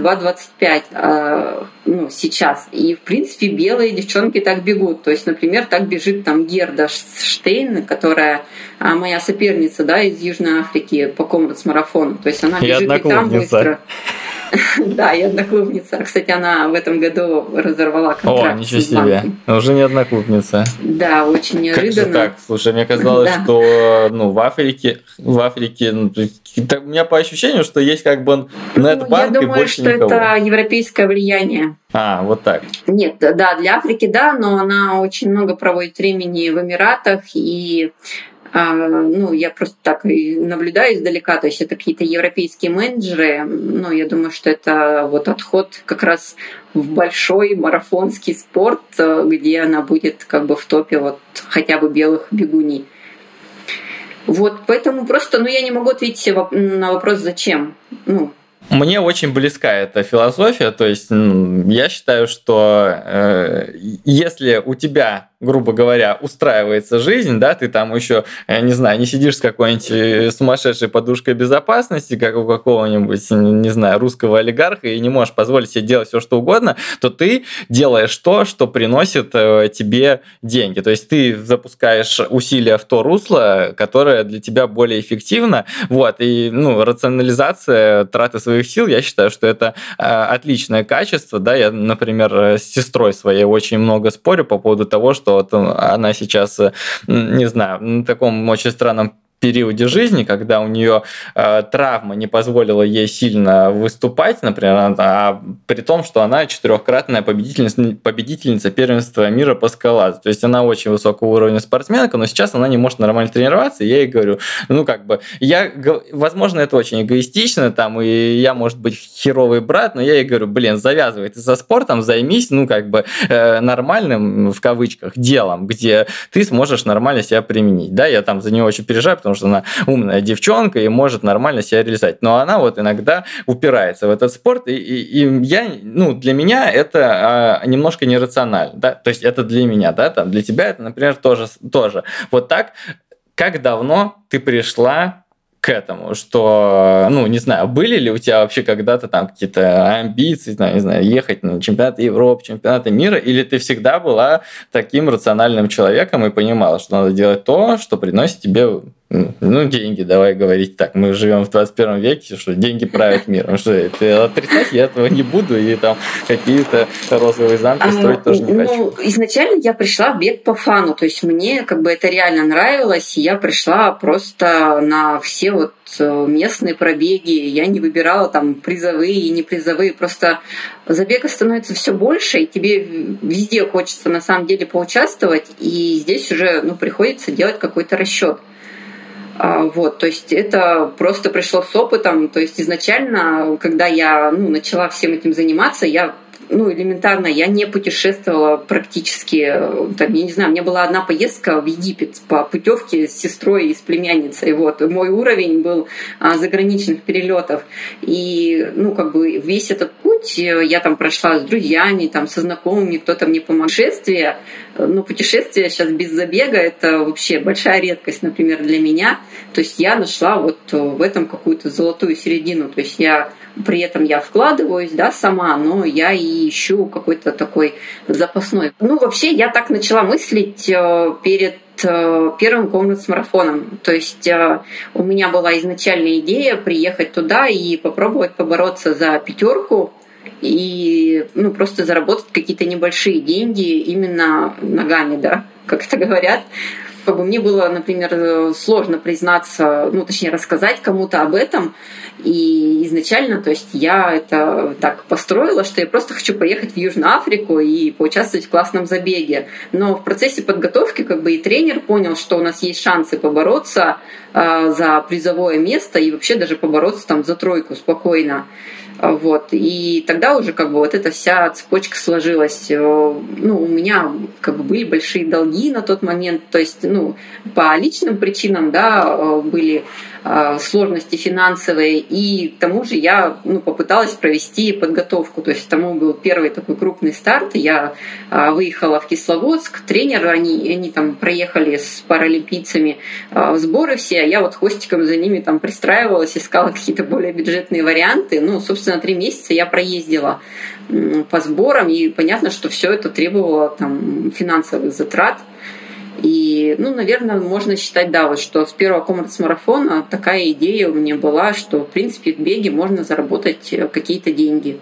2:25 сейчас. И, в принципе, белые девчонки так бегут. То есть, например, так бежит там Герда Штейн, которая моя соперница, да, из Южной Африки по комрадс-марафону. То есть она бежит и там быстро. Да, и одноклубница. Кстати, она в этом году разорвала контракт. О, ничего себе. Уже не одноклубница. Да, очень неожиданно. Как же так? Слушай, мне казалось, что в Африке, у меня по ощущению, что есть как бы Нетбанк и больше никого. Я думаю, что это европейское влияние. Вот так. Нет, да, для Африки, да, но она очень много проводит времени в Эмиратах, и я просто так и наблюдаю издалека, то есть это какие-то европейские менеджеры, я думаю, что это вот отход как раз в большой марафонский спорт, где она будет как бы в топе вот хотя бы белых бегуней. Вот, поэтому просто, я не могу ответить на вопрос «зачем?». Мне очень близка эта философия, то есть я считаю, что если у тебя, грубо говоря, устраивается жизнь, да, ты там еще, не знаю, не сидишь с какой-нибудь сумасшедшей подушкой безопасности, как у какого-нибудь, не знаю, русского олигарха, и не можешь позволить себе делать все, что угодно, то ты делаешь то, что приносит тебе деньги. То есть ты запускаешь усилия в то русло, которое для тебя более эффективно, вот, и, рационализация траты своих сил, я считаю, что это отличное качество, да, я, например, с сестрой своей очень много спорю по поводу того, что вот она сейчас, не знаю, на таком очень странном периоде жизни, когда у нее травма не позволила ей сильно выступать, например, при том, что она 4-кратная победительница первенства мира по скалолазу. То есть она очень высокого уровня спортсменка, но сейчас она не может нормально тренироваться, и я ей говорю, возможно, это очень эгоистично, и я, может быть, херовый брат, но я ей говорю, завязывай ты со спортом, займись, нормальным, в кавычках, делом, где ты сможешь нормально себя применить. Да, я там за нее очень переживаю, потому что она умная девчонка и может нормально себя реализовать. Но она вот иногда упирается в этот спорт, и для меня это немножко нерационально. Да? То есть это для меня, да, там, для тебя это, например, тоже. Вот так, как давно ты пришла к этому, что, не знаю, были ли у тебя вообще когда-то там какие-то амбиции, не знаю, ехать на чемпионаты Европы, чемпионаты мира, или ты всегда была таким рациональным человеком и понимала, что надо делать то, что приносит тебе деньги, давай говорить так. Мы живем в 21 веке, что деньги правят миром. Что это отрицать я этого не буду, и там какие-то розовые замки строить тоже не хочу. Изначально я пришла в бег по фану, то есть мне это реально нравилось, и я пришла просто на все вот местные пробеги, я не выбирала там призовые и не призовые, просто забега становится все больше, и тебе везде хочется на самом деле поучаствовать, и здесь уже приходится делать какой-то расчет. То есть это просто пришло с опытом. То есть изначально, когда я начала всем этим заниматься, я элементарно, я не путешествовала практически. Я не знаю, у меня была одна поездка в Египет по путевке с сестрой и с племянницей. Мой уровень был заграничных перелетов. И весь этот путь я там прошла с друзьями, там, со знакомыми, кто-то мне помог. Путешествие сейчас без забега — это вообще большая редкость, например, для меня. То есть я нашла в этом какую-то золотую середину. То есть при этом я вкладываюсь, да, сама, но я и ищу какой-то такой запасной. Вообще я так начала мыслить перед первым комнат-марафоном. То есть у меня была изначальная идея приехать туда и попробовать побороться за 5 и просто заработать какие-то небольшие деньги именно ногами, да, как это говорят. Мне было, например, сложно признаться, точнее рассказать кому-то об этом. И изначально, то есть я это так построила, что я просто хочу поехать в Южную Африку и поучаствовать в классном забеге. Но в процессе подготовки и тренер понял, что у нас есть шансы побороться за призовое место и вообще даже побороться там за 3 спокойно. И тогда уже эта вся цепочка сложилась. У меня были большие долги на тот момент, то есть по личным причинам, да, были сложности финансовые, и к тому же я попыталась провести подготовку, то есть тому был первый такой крупный старт. Я выехала в Кисловодск, тренер, они там проехали с паралимпийцами сборы все, а я хвостиком за ними там пристраивалась, искала какие-то более бюджетные варианты. Собственно, 3 месяца я проездила по сборам, и понятно, что все это требовало там финансовых затрат. И, наверное, можно считать, да, вот что с первого коммерц-марафона такая идея у меня была, что, в принципе, в беге можно заработать какие-то деньги.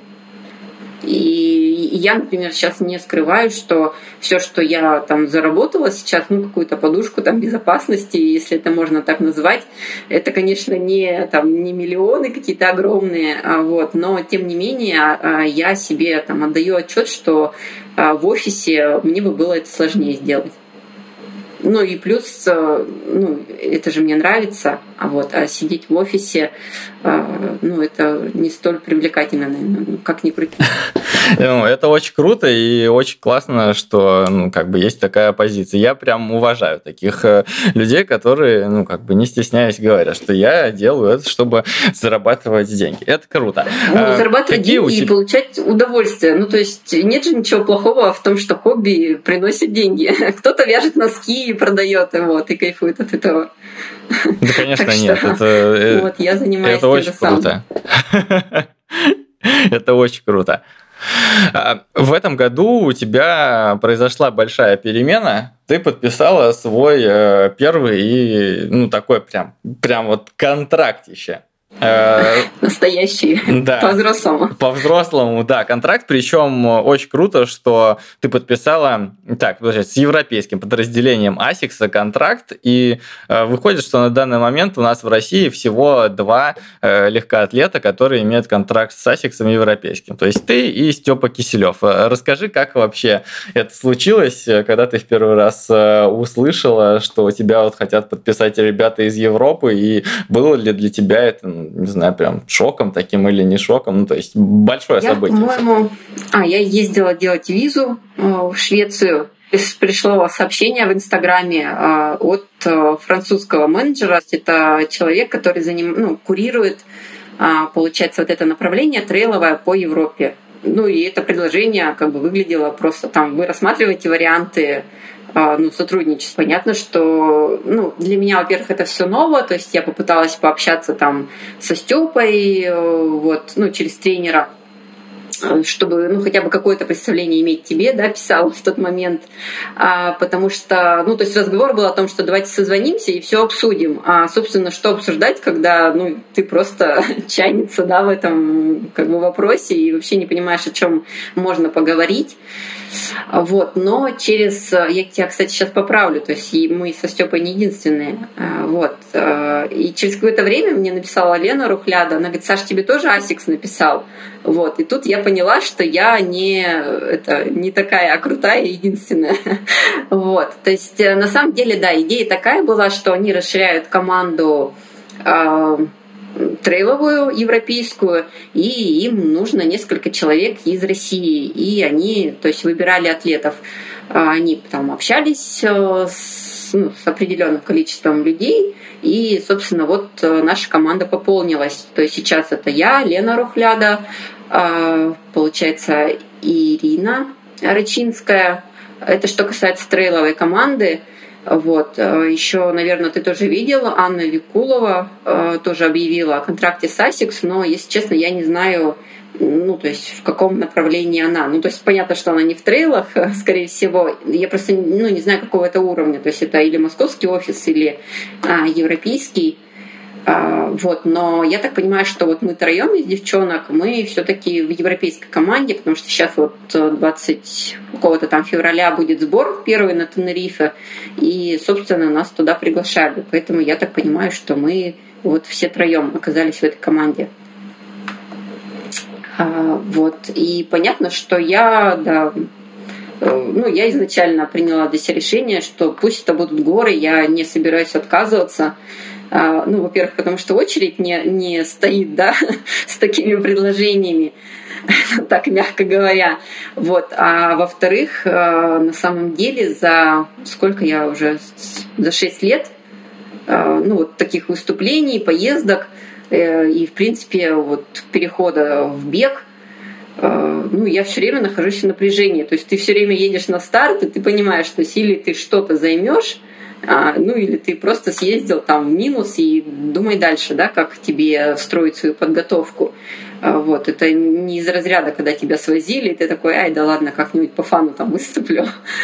И я, например, сейчас не скрываю, что все, что я там заработала сейчас, какую-то подушку там безопасности, если это можно так назвать, это, конечно, не миллионы какие-то огромные, но тем не менее я себе там отдаю отчет, что в офисе мне бы было это сложнее сделать. И плюс, это же мне нравится, а сидеть в офисе, это не столь привлекательно, наверное, как ни крути. Это очень круто и очень классно, что, есть такая позиция. Я прям уважаю таких людей, которые, не стесняясь, говорят, что я делаю это, чтобы зарабатывать деньги. Это круто. Зарабатывать деньги и получать удовольствие. То есть нет же ничего плохого в том, что хобби приносит деньги. Кто-то вяжет носки и продает его, и кайфует от этого. Да, конечно, нет. Я занимаюсь это очень круто. Это очень круто. В этом году у тебя произошла большая перемена. Ты подписала свой первый и такой прям вот контрактище. Настоящий, да. По-взрослому. По-взрослому, да, контракт. Причем очень круто, что ты подписала с европейским подразделением ASICS контракт. И выходит, что на данный момент у нас в России всего 2 легкоатлета, которые имеют контракт с ASICS европейским. То есть ты и Степа Киселев. Расскажи, как вообще это случилось, когда ты в первый раз услышала, что у тебя хотят подписать ребята из Европы, и было ли для тебя это, не знаю, прям шоком таким или не шоком, то есть большое событие. По-моему, я ездила делать визу в Швецию. Пришло сообщение в Инстаграме от французского менеджера. Это человек, который курирует, получается, вот это направление трейловое по Европе. И это предложение выглядело просто вы рассматриваете варианты сотрудничество. Понятно, что для меня, во-первых, это все ново, то есть я попыталась пообщаться со Стёпой, через тренера, чтобы хотя бы какое-то представление иметь тебе, писал в тот момент, потому что, то есть разговор был о том, что давайте созвонимся и все обсудим, собственно, что обсуждать, когда, ты просто чайница, в этом вопросе и вообще не понимаешь, о чем можно поговорить. Но я тебя, кстати, сейчас поправлю, то есть мы со Стёпой не единственные. И через какое-то время мне написала Лена Рухляда, она говорит: Саш, тебе тоже ASICS написал? И тут я поняла, что я не такая крутая и единственная. То есть на самом деле, да, идея такая была, что они расширяют команду трейловую европейскую, и им нужно несколько человек из России, и они, то есть, выбирали атлетов. Они общались с определенным количеством людей, и, собственно, наша команда пополнилась. То есть сейчас это я, Лена Рухляда, получается, Ирина Рычинская. Это что касается трейловой команды. Еще, наверное, ты тоже видела, Анна Викулова тоже объявила о контракте с ASICS, но, если честно, я не знаю, то есть в каком направлении она. То есть понятно, что она не в трейлах, скорее всего. Я просто не знаю, какого это уровня. То есть это или московский офис, или европейский. Но я так понимаю, что мы троем из девчонок, мы все-таки в европейской команде, потому что сейчас 20 какого-то февраля будет сбор первый на Тенерифе, и, собственно, нас туда приглашали. Поэтому я так понимаю, что мы все троем оказались в этой команде. И понятно, что я изначально приняла для себя решение, что пусть это будут горы, я не собираюсь отказываться. Во-первых, потому что очередь не стоит, с такими предложениями, так мягко говоря. А во-вторых, на самом деле, за 6 лет таких выступлений, поездок и, в принципе, перехода в бег, я все время нахожусь в напряжении. То есть ты все время едешь на старт, и ты понимаешь, что или ты что-то займешь, или ты просто съездил в минус и думай дальше, как тебе строить свою подготовку. Это не из разряда, когда тебя свозили, и ты такой: да ладно, как-нибудь по фану выступлю.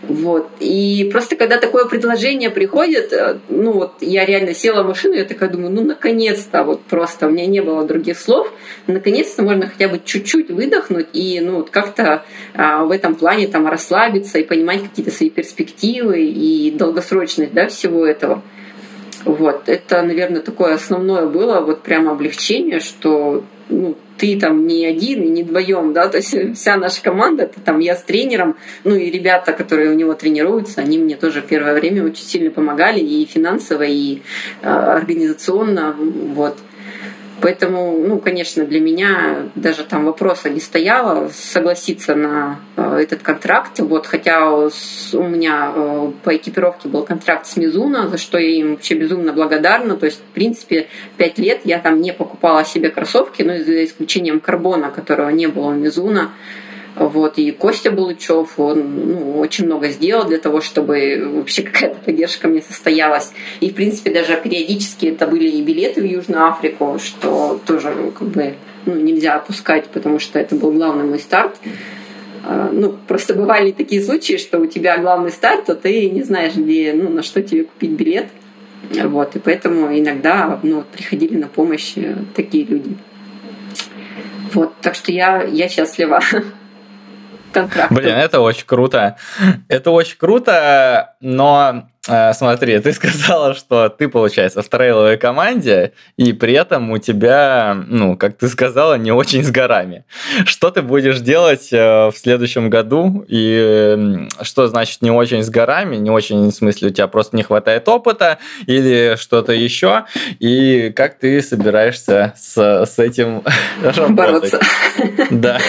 Вот. И просто когда такое предложение приходит, ну вот я реально села в машину, я такая думаю, ну наконец-то, вот просто у меня не было других слов, наконец-то можно хотя бы чуть-чуть выдохнуть и ну вот как-то в этом плане там расслабиться и понимать какие-то свои перспективы и долгосрочность, да, всего этого. Вот. Это, наверное, такое основное было, вот прямо облегчение, что ну, ты там не один и не вдвоем, да, то есть вся наша команда, это там я с тренером, ну и ребята, которые у него тренируются, они мне тоже первое время очень сильно помогали и финансово, и организационно, вот. Поэтому, ну, конечно, для меня даже там вопроса не стояло согласиться на этот контракт. Вот, хотя у меня по экипировке был контракт с Mizuno, за что я им вообще безумно благодарна. То есть, в принципе, 5 лет я там не покупала себе кроссовки, ну, за исключением карбона, которого не было у Mizuno. Вот, и Костя Булычев, он очень много сделал для того, чтобы вообще какая-то поддержка мне состоялась. И, в принципе, даже периодически это были и билеты в Южную Африку, что тоже как бы нельзя опускать, потому что это был главный мой старт. Просто бывали такие случаи, что у тебя главный старт, а ты не знаешь, где, на что тебе купить билет. Вот, и поэтому иногда приходили на помощь такие люди. Вот, так что я счастлива. Контракту. Блин, это очень круто. Это очень круто, но смотри, ты сказала, что ты, получается, в трейловой команде, и при этом у тебя, как ты сказала, не очень с горами. Что ты будешь делать в следующем году? И что значит не очень с горами? Не очень, в смысле, у тебя просто не хватает опыта или что-то еще? И как ты собираешься с этим работать? Бороться. Да.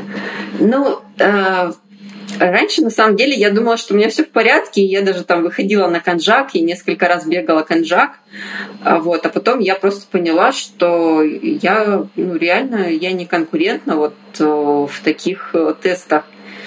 Раньше, на самом деле, я думала, что у меня все в порядке, и я даже там выходила на канджак и несколько раз бегала канджак. Вот, а потом я просто поняла, что я, реально, я не конкурентна в таких тестах.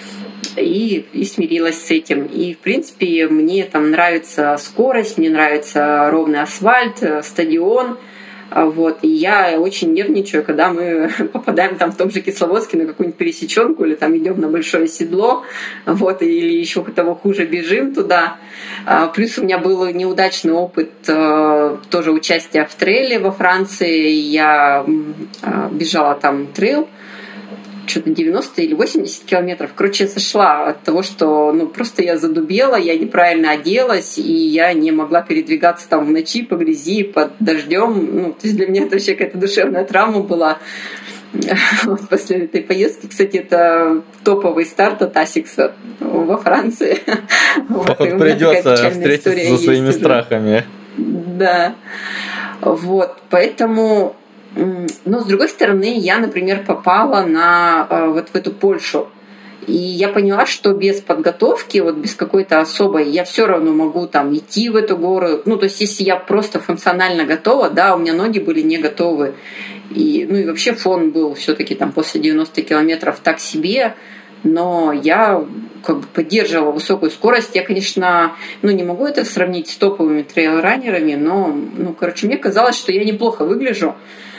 И смирилась с этим. И, в принципе, мне там нравится скорость, мне нравится ровный асфальт, стадион. Вот. И я очень нервничаю, когда мы попадаем там в том же Кисловодске на какую-нибудь пересеченку или там идем на большое седло, вот, или еще того хуже бежим туда. Плюс у меня был неудачный опыт тоже участия в трейле во Франции. Я бежала там трейл, что-то 90 или 80 километров. Короче, я сошла от того, что просто я задубела, я неправильно оделась, и я не могла передвигаться там в ночи по грязи, под дождем. То есть для меня это вообще какая-то душевная травма была. Вот после этой поездки, кстати, это топовый старт от Асикса во Франции. Походу придется встретиться со своими страхами. Да. Вот, поэтому... Но, с другой стороны, я, например, попала в эту Польшу. И я поняла, что без подготовки, без какой-то особой, я все равно могу там идти в эту гору. То есть, если я просто функционально готова, да, у меня ноги были не готовы. И вообще фон был все-таки там после 90 километров так себе. Но я поддерживала высокую скорость. Я, конечно, не могу это сравнить с топовыми трейл-раннерами, но, мне казалось, что я неплохо выгляжу.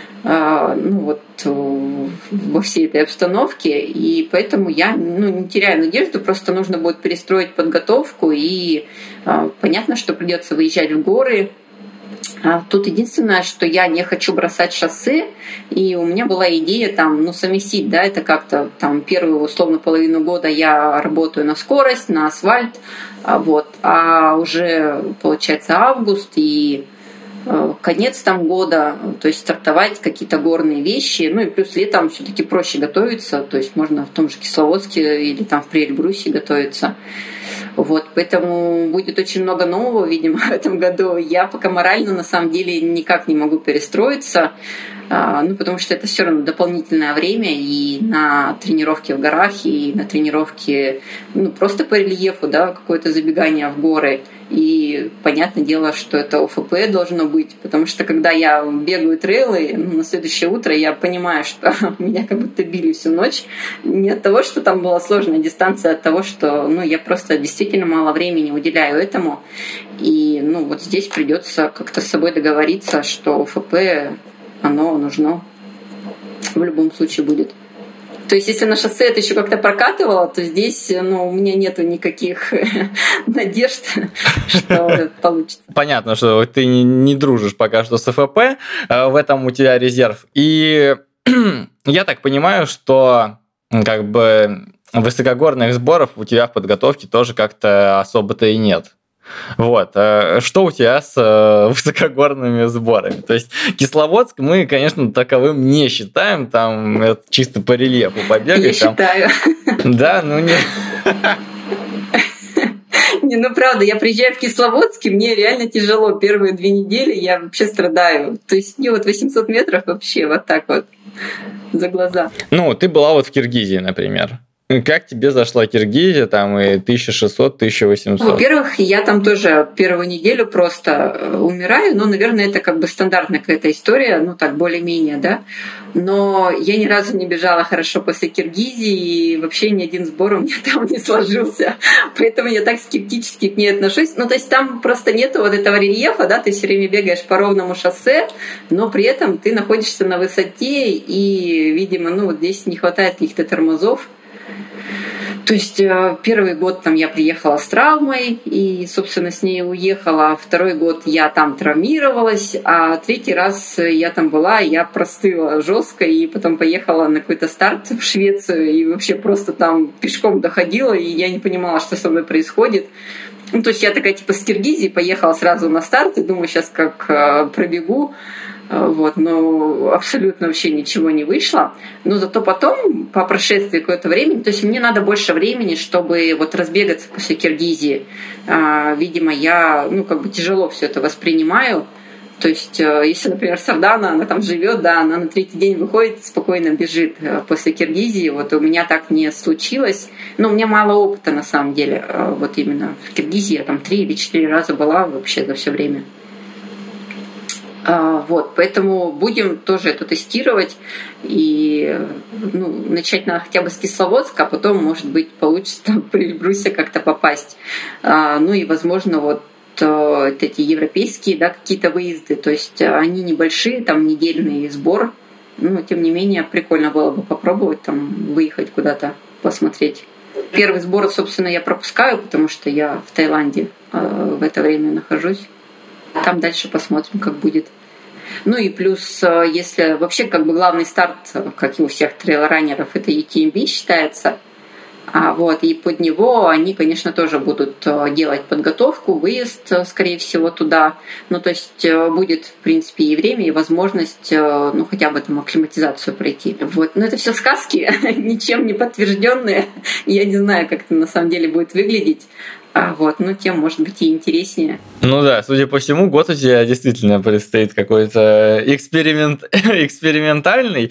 Во всей этой обстановке, и поэтому я не теряю надежду, просто нужно будет перестроить подготовку, и понятно, что придется выезжать в горы. Тут единственное, что я не хочу бросать шоссе, и у меня была идея там, совместить, да, это как-то там первую условно половину года я работаю на скорость, на асфальт, а уже получается август и конец там года, то есть стартовать какие-то горные вещи, и плюс летом все-таки проще готовиться, то есть можно в том же Кисловодске или там в Приэльбрусе готовиться. Вот, поэтому будет очень много нового, видимо, в этом году. Я пока морально, на самом деле, никак не могу перестроиться, потому что это все равно дополнительное время и на тренировки в горах, и на тренировки просто по рельефу, да, какое-то забегание в горы. И понятное дело, что это ОФП должно быть, потому что когда я бегаю трейлы, на следующее утро я понимаю, что меня как будто били всю ночь. Не от того, что там была сложная дистанция, а от того, что я просто действительно мало времени уделяю этому. И здесь придется как-то с собой договориться, что ОФП, оно нужно в любом случае будет. То есть, если на шоссе это еще как-то прокатывало, то здесь, у меня нету никаких надежд, что это получится. Понятно, что ты не дружишь пока что с ФП, в этом у тебя резерв. И я так понимаю, что как бы высокогорных сборов у тебя в подготовке тоже как-то особо-то и нет. Вот. Что у тебя с высокогорными сборами? То есть Кисловодск мы, конечно, таковым не считаем, там это чисто по рельефу побегать. Я считаю. Да, не... Не, правда, я приезжаю в Кисловодск, и мне реально тяжело. Первые 2 недели я вообще страдаю. То есть мне 800 метров вообще вот так вот за глаза. Ты была вот в Киргизии, например. Как тебе зашла Киргизия, там и 1600, 1800? Во-первых, я там тоже первую неделю просто умираю, наверное, это как бы стандартная какая-то история, так более-менее, да. Но я ни разу не бежала хорошо после Киргизии, и вообще ни один сбор у меня там не сложился. Поэтому я так скептически к ней отношусь. То есть там просто нету вот этого рельефа, да, ты все время бегаешь по ровному шоссе, но при этом ты находишься на высоте, и, видимо, вот здесь не хватает каких-то тормозов. То есть первый год там я приехала с травмой и, собственно, с ней уехала. Второй год я там травмировалась, а третий раз я там была, я простыла жестко и потом поехала на какой-то старт в Швецию и вообще просто там пешком доходила, и я не понимала, что со мной происходит. То есть я такая типа с Киргизии поехала сразу на старт и думаю, сейчас как пробегу. Но абсолютно вообще ничего не вышло. Но зато потом, по прошествии какого-то времени, то есть мне надо больше времени, чтобы разбегаться после Киргизии. Видимо, я, тяжело все это воспринимаю. То есть, если, например, Сардана, она там живет, да, она на 3-й день выходит, спокойно бежит после Киргизии. У меня так не случилось. Но у меня мало опыта, на самом деле. Именно в Киргизии я там 3 или 4 раза была вообще за все время. Поэтому будем тоже это тестировать и начать надо хотя бы с Кисловодска, а потом, может быть, получится там при Эльбрусе как-то попасть. И, возможно, эти европейские, да, какие-то выезды, то есть они небольшие, там недельный сбор, тем не менее, прикольно было бы попробовать там выехать куда-то, посмотреть. Первый сбор, собственно, я пропускаю, потому что я в Таиланде в это время нахожусь. Там дальше посмотрим, как будет. И плюс, если вообще главный старт, как и у всех трейлранеров, это UTMB считается. И под него они, конечно, тоже будут делать подготовку, выезд, скорее всего, туда. То есть будет, в принципе, и время, и возможность, хотя бы там акклиматизацию пройти. Но это все сказки, ничем не подтвержденные. Я не знаю, как это на самом деле будет выглядеть. Тем, может быть, и интереснее. Да, судя по всему, год у тебя действительно предстоит какой-то экспериментальный.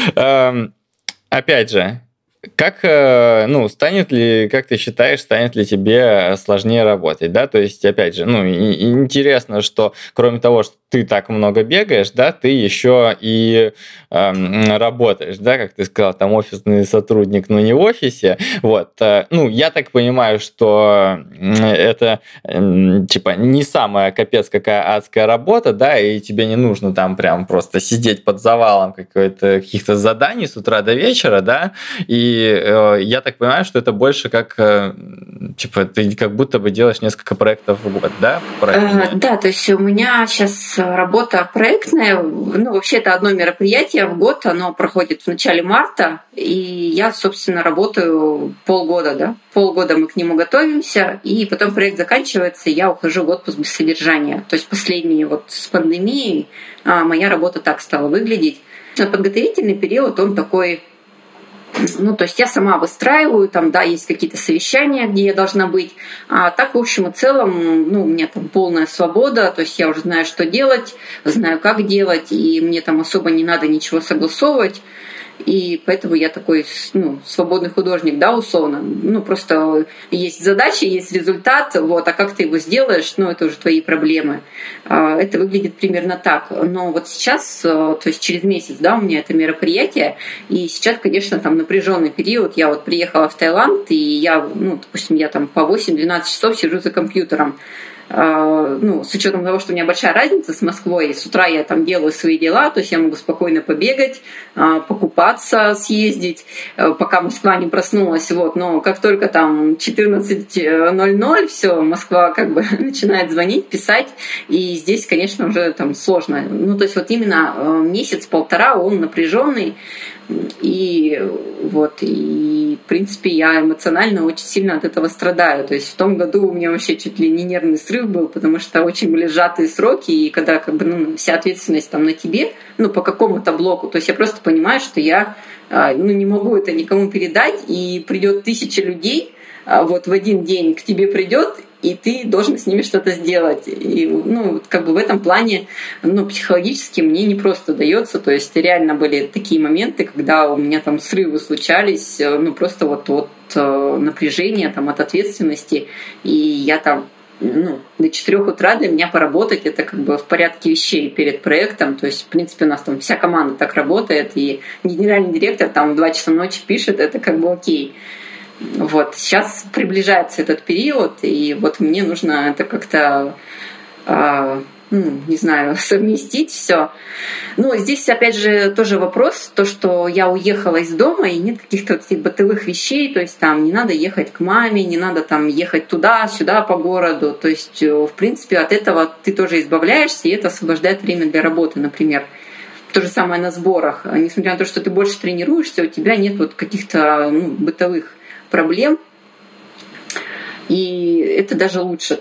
Опять же, как ты считаешь, станет ли тебе сложнее работать, да? То есть, опять же, интересно, что кроме того, что ты так много бегаешь, да, ты еще и работаешь, да, как ты сказал, там офисный сотрудник, но не в офисе. Я так понимаю, что это не самая капец какая адская работа, да, и тебе не нужно там прям просто сидеть под завалом каких-то заданий с утра до вечера, да, и я так понимаю, что это больше как ты как будто бы делаешь несколько проектов в год, да? Да, то есть у меня сейчас работа проектная. Вообще это одно мероприятие в год, оно проходит в начале марта, и я, собственно, работаю полгода, да? Полгода мы к нему готовимся, и потом проект заканчивается, и я ухожу в отпуск без содержания. То есть последний с пандемией моя работа так стала выглядеть. Подготовительный период, он такой... то есть я сама выстраиваю, там, да, есть какие-то совещания, где я должна быть. А так, в общем и целом, у меня там полная свобода, то есть я уже знаю, что делать, знаю, как делать, и мне там особо не надо ничего согласовывать. И поэтому я такой, свободный художник, да, условно. Просто есть задача, есть результат, а как ты его сделаешь, это уже твои проблемы. Это выглядит примерно так. Но сейчас, то есть через месяц, да, у меня это мероприятие, и сейчас, конечно, там напряженный период. Я приехала в Таиланд, и я, допустим, я там по 8-12 часов сижу за компьютером. с учетом того, что у меня большая разница с Москвой, с утра я там делаю свои дела, то есть я могу спокойно побегать, покупаться, съездить, пока Москва не проснулась, вот, но как только там 14:00, все, Москва как бы начинает звонить, писать, и здесь, конечно, уже там сложно. Ну, то есть вот именно месяц-полтора он напряженный, и в принципе, я эмоционально очень сильно от этого страдаю. То есть в том году у меня вообще чуть ли не нервный срыв был, потому что очень были сжатые сроки, и когда вся ответственность там на тебе, по какому-то блоку, то есть я просто понимаю, что я не могу это никому передать, и придет 1000 людей, в один день к тебе придет, и ты должен с ними что-то сделать. И, в этом плане, психологически мне не просто дается. То есть реально были такие моменты, когда у меня там срывы случались, просто от напряжения, там, от ответственности. И я там до 4 утра для меня поработать это в порядке вещей перед проектом. То есть, в принципе, у нас там вся команда так работает, и генеральный директор там в 2 часа ночи пишет, это окей. Сейчас приближается этот период, и мне нужно это как-то, совместить все. Здесь, опять же, тоже вопрос, то, что я уехала из дома, и нет каких-то этих бытовых вещей, то есть там не надо ехать к маме, не надо там ехать туда-сюда по городу, то есть, в принципе, от этого ты тоже избавляешься, и это освобождает время для работы, например. То же самое на сборах. Несмотря на то, что ты больше тренируешься, у тебя нет каких-то бытовых проблем, и это даже лучше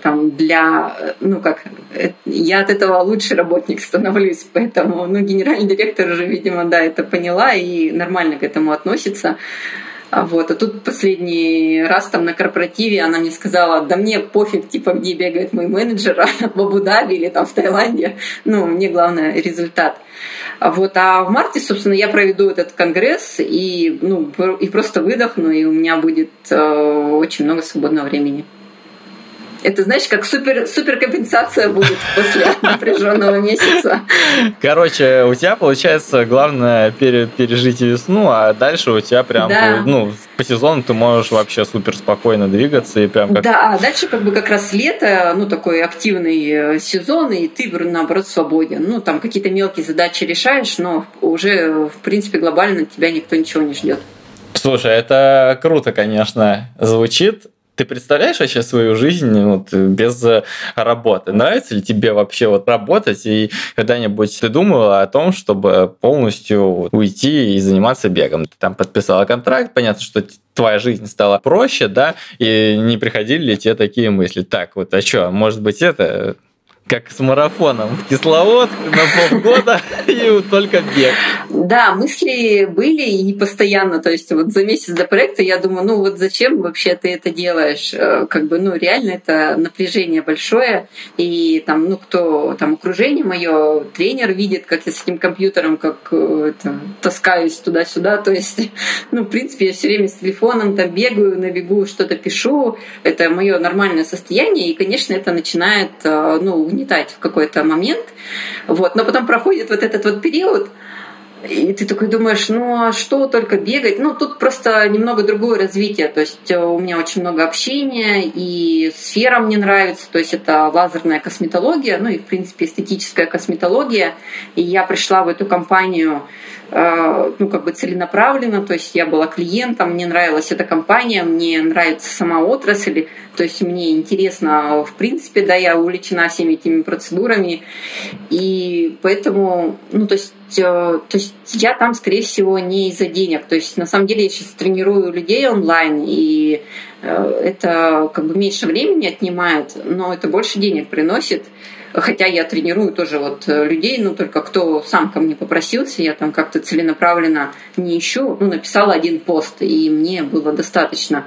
я от этого лучший работник становлюсь, поэтому, генеральный директор уже, видимо, это поняла и нормально к этому относится. А тут последний раз там на корпоративе она мне сказала, да мне пофиг, где бегает мой менеджер, в Абу-Даби или там в Таиланде, мне главное результат. А в марте, собственно, я проведу этот конгресс и просто выдохну, и у меня будет очень много свободного времени. Это, знаешь, как суперкомпенсация будет после напряженного месяца. Короче, у тебя, получается, главное пережить весну, а дальше у тебя прям, по сезону ты можешь вообще супер спокойно двигаться. И прям Да, а дальше как раз лето, такой активный сезон, и ты, наоборот, свободен. Там какие-то мелкие задачи решаешь, но уже, в принципе, глобально от тебя никто ничего не ждет. Слушай, это круто, конечно, звучит. Ты представляешь вообще свою жизнь без работы? Нравится ли тебе вообще работать? И когда-нибудь ты думала о том, чтобы полностью уйти и заниматься бегом? Ты там подписала контракт, понятно, что твоя жизнь стала проще, да? И не приходили ли тебе такие мысли? Так, а что, может быть, это... как с марафоном в Кисловодск на полгода и только бег. Да, мысли были и постоянно. То есть за месяц до проекта я думаю, зачем вообще ты это делаешь? Реально это напряжение большое. И кто окружение мое, тренер видит, как я с этим компьютером таскаюсь туда-сюда. То есть, в принципе, я все время с телефоном бегаю, на бегу что-то пишу. Это мое нормальное состояние. И, конечно, это начинает угнетать в какой-то момент. Но потом проходит этот период, и ты такой думаешь, а что только бегать? Тут просто немного другое развитие. То есть у меня очень много общения, и сфера мне нравится. То есть это лазерная косметология, и, в принципе, эстетическая косметология. И я пришла в эту компанию целенаправленно, то есть я была клиентом, мне нравилась эта компания, мне нравится сама отрасль, то есть мне интересно, в принципе, да, я увлечена всеми этими процедурами, и поэтому, то есть я там, скорее всего, не из-за денег, то есть на самом деле я сейчас тренирую людей онлайн, и это меньше времени отнимает, но это больше денег приносит. Хотя я тренирую тоже людей, только кто сам ко мне попросился, я там как-то целенаправленно не ищу. Написала 1 пост, и мне было достаточно.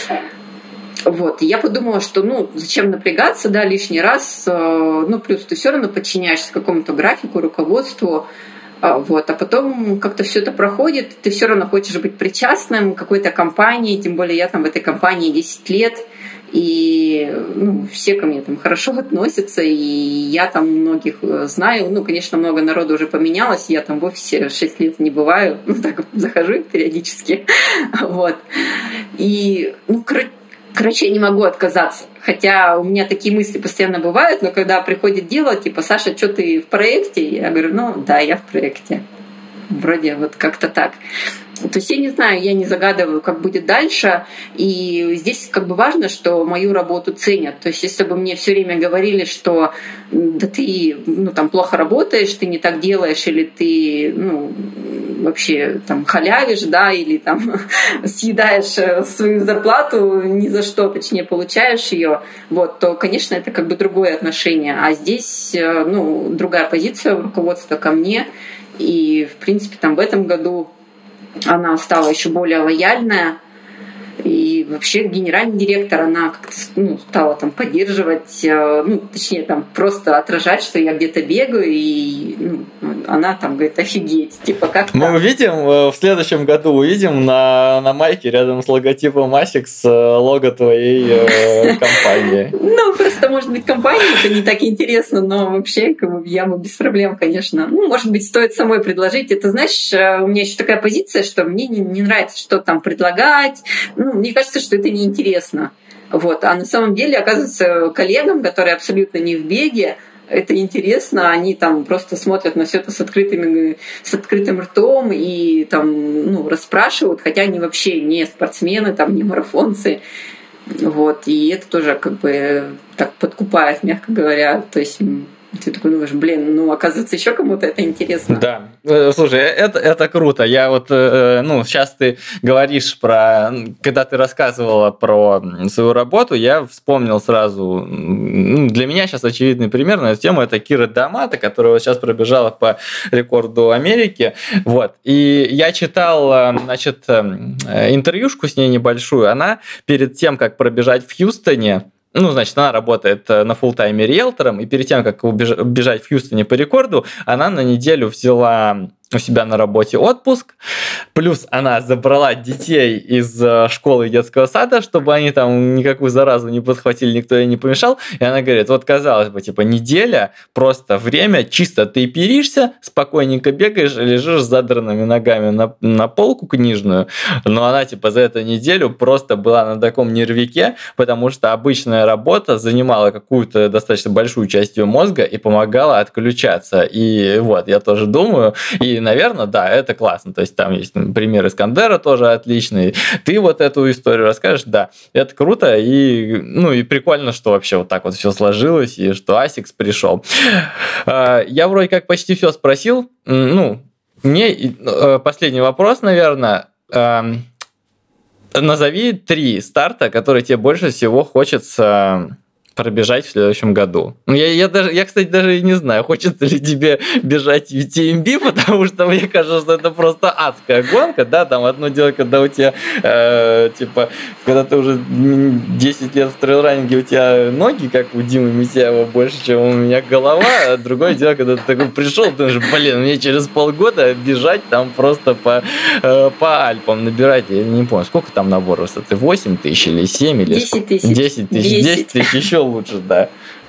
И я подумала, что зачем напрягаться, да, лишний раз. Плюс ты все равно подчиняешься какому-то графику, руководству. А потом как-то все это проходит, ты все равно хочешь быть причастным к какой-то компании, тем более я там в этой компании 10 лет. И все ко мне там хорошо относятся, и я там многих знаю. Конечно, много народу уже поменялось, я там в офисе 6 лет не бываю, так захожу периодически. И, Короче, я не могу отказаться. Хотя у меня такие мысли постоянно бывают, но когда приходит дело, типа, Саша, что ты в проекте? Я говорю, ну да, я в проекте. Вроде вот как-то так. То есть я не знаю, я не загадываю, как будет дальше. И здесь как бы важно, что мою работу ценят. То есть если бы мне все время говорили, что да ты там плохо работаешь, ты не так делаешь, или ты вообще там халявишь, да, или там съедаешь свою зарплату ни за что, точнее получаешь ее, вот, то, конечно, это как бы другое отношение. А здесь другая позиция руководства ко мне. И, в принципе, там в этом году она стала еще более лояльная. И вообще генеральный директор, она как-то стала там поддерживать, точнее там просто отражать, что я где-то бегаю, и она там говорит, офигеть, типа как мы увидим, в следующем году увидим на майке рядом с логотипом ASICS лого твоей компании. Просто может быть компания это не так интересно, но вообще как бы я бы без проблем, конечно. Может быть, стоит самой предложить. Это, знаешь, у меня еще такая позиция, что мне не нравится что-то там предлагать. Мне кажется, что это неинтересно. Вот. А на самом деле, оказывается, коллегам, которые абсолютно не в беге, это интересно, они там просто смотрят на все это с открытым ртом и там, расспрашивают, хотя они вообще не спортсмены, там, не марафонцы. Вот. И это тоже как бы так подкупает, мягко говоря. То есть ты такой думаешь, оказывается, еще кому-то это интересно. Да. Слушай, это круто. Я вот, сейчас ты говоришь про... Когда ты рассказывала про свою работу, я вспомнил сразу... Для меня сейчас очевидный пример на эту тему — это Кира Дамата, которая сейчас пробежала по рекорду Америки. Вот. И я читал, интервьюшку с ней небольшую. Она перед тем, как пробежать в Хьюстоне, она работает на фулл-тайме риэлтором, и перед тем, как бежать в Хьюстоне по рекорду, она на неделю взяла у себя на работе отпуск, плюс она забрала детей из школы и детского сада, чтобы они там никакую заразу не подхватили, никто ей не помешал, и она говорит, вот казалось бы, неделя, просто время, чисто ты перишься, спокойненько бегаешь, лежишь с задранными ногами на полку книжную, но она за эту неделю просто была на таком нервике, потому что обычная работа занимала какую-то достаточно большую часть ее мозга и помогала отключаться, и вот, я тоже думаю, и наверное, да, это классно. То есть там есть пример Искандера тоже отличный. Ты вот эту историю расскажешь, да, это круто. И прикольно, что вообще вот так вот все сложилось, и что ASICS пришел. Я вроде как почти все спросил. Мне последний вопрос, наверное. Назови 3 старта, которые тебе больше всего хочется пробежать в следующем году. Я, кстати, даже и не знаю, хочется ли тебе бежать UTMB, потому что мне кажется, что это просто адская гонка, да, там одно дело, когда у тебя, когда ты уже 10 лет в трейлранинге, у тебя ноги, как у Димы Митяева, больше, чем у меня голова, а другое дело, когда ты такой пришел, думаешь, мне через полгода бежать там просто по Альпам набирать, я не помню, сколько там набор высоты, 8 тысяч или 7, или 10 тысяч. 10 тысяч, еще лучше, да.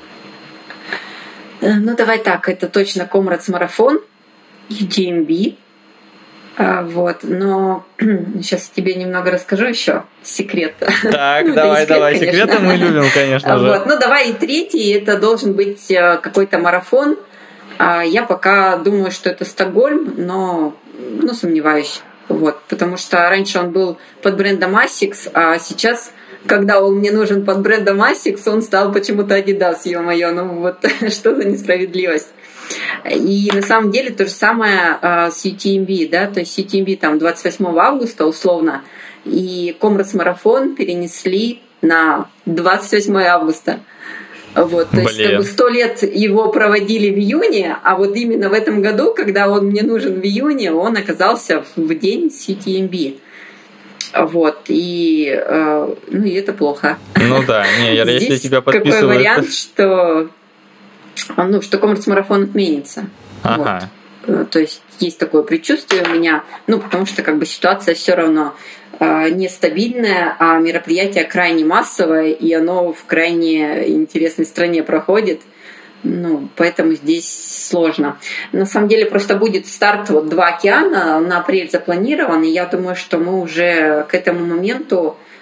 Давай так, это точно Comrades марафон, UTMB. Вот, но сейчас тебе немного расскажу еще секрет. Так, давай, секреты мы любим, конечно же. Вот, давай и третий, это должен быть какой-то марафон. Я пока думаю, что это Стокгольм, но сомневаюсь. Вот, потому что раньше он был под брендом ASICS, а сейчас, когда он мне нужен под брендом ASICS, он стал почему-то Adidas, ё-моё, что за несправедливость. И на самом деле то же самое с UTMB, да, то есть UTMB там 28 августа условно, и Comrades марафон перенесли на 28 августа. Вот, то есть 100 лет его проводили в июне, а вот именно в этом году, когда он мне нужен в июне, он оказался в день с UTMB. Вот, и это плохо. Если тебя подписывают... Какой вариант, что Comrades марафон отменится. Ага. Вот. То есть есть такое предчувствие у меня, потому что ситуация все равно нестабильное, а мероприятие крайне массовое, и оно в крайне интересной стране проходит. Поэтому здесь сложно. На самом деле просто будет старт 2 океана, на апрель запланирован, и я думаю, что мы уже к этому моменту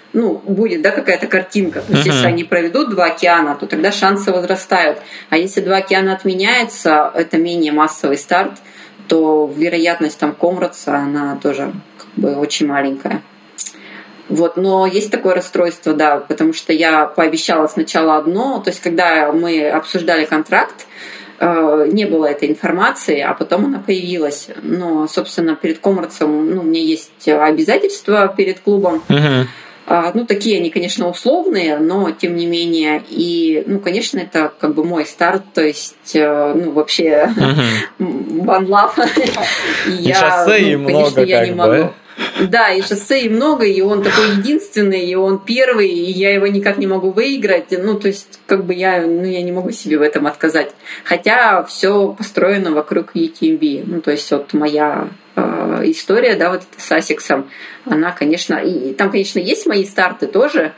будет, да, какая-то картинка. То есть, если они проведут 2 океана, то тогда шансы возрастают. А если 2 океана отменяется, это менее массовый старт, то вероятность там комраться, она тоже как бы очень маленькая. Вот, но есть такое расстройство, да, потому что я пообещала сначала одно, то есть когда мы обсуждали контракт, не было этой информации, а потом она появилась. Но, собственно, перед коммерцем, у меня есть обязательства перед клубом. Такие они, конечно, условные, но тем не менее. И, конечно, это как бы мой старт, то есть, вообще, one love. И шоссе и много, я не могу. Да, и шоссе и много, и он такой единственный, и он первый, и я его никак не могу выиграть. То есть, как бы я не могу себе в этом отказать. Хотя все построено вокруг UTMB. То есть, вот моя история, да, вот с Асиксом, она, конечно, и там, конечно, есть мои старты тоже,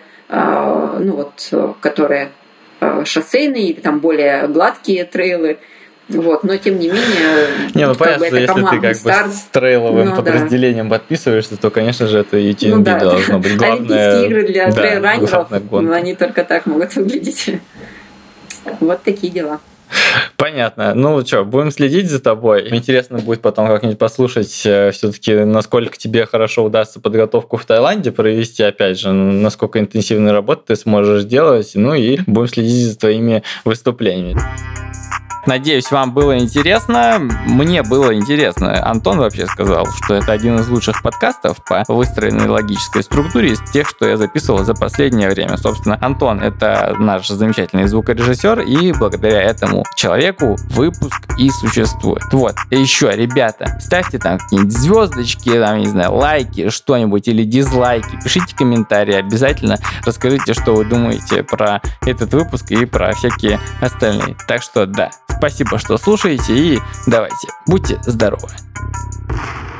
которые шоссейные или там более гладкие трейлы. Вот, но тем не менее, понятно, что если ты как бы с трейловым подразделением подписываешься, то, конечно же, это UTMB должно быть главное. Олимпийские игры для трейл-раннеров, они только так могут выглядеть. Вот такие дела. Понятно. Будем следить за тобой. Интересно будет потом как-нибудь послушать все-таки, насколько тебе хорошо удастся подготовку в Таиланде провести, опять же, насколько интенсивную работу ты сможешь делать, и будем следить за твоими выступлениями. Надеюсь, вам было интересно. Мне было интересно. Антон вообще сказал, что это один из лучших подкастов по выстроенной логической структуре из тех, что я записывал за последнее время. Собственно, Антон — это наш замечательный звукорежиссер, и благодаря этому человеку выпуск и существует. Вот. И еще, ребята, ставьте там какие-нибудь звездочки, лайки, что-нибудь, или дизлайки. Пишите комментарии обязательно. Расскажите, что вы думаете про этот выпуск и про всякие остальные. Так что, да. Спасибо, что слушаете, и давайте, будьте здоровы.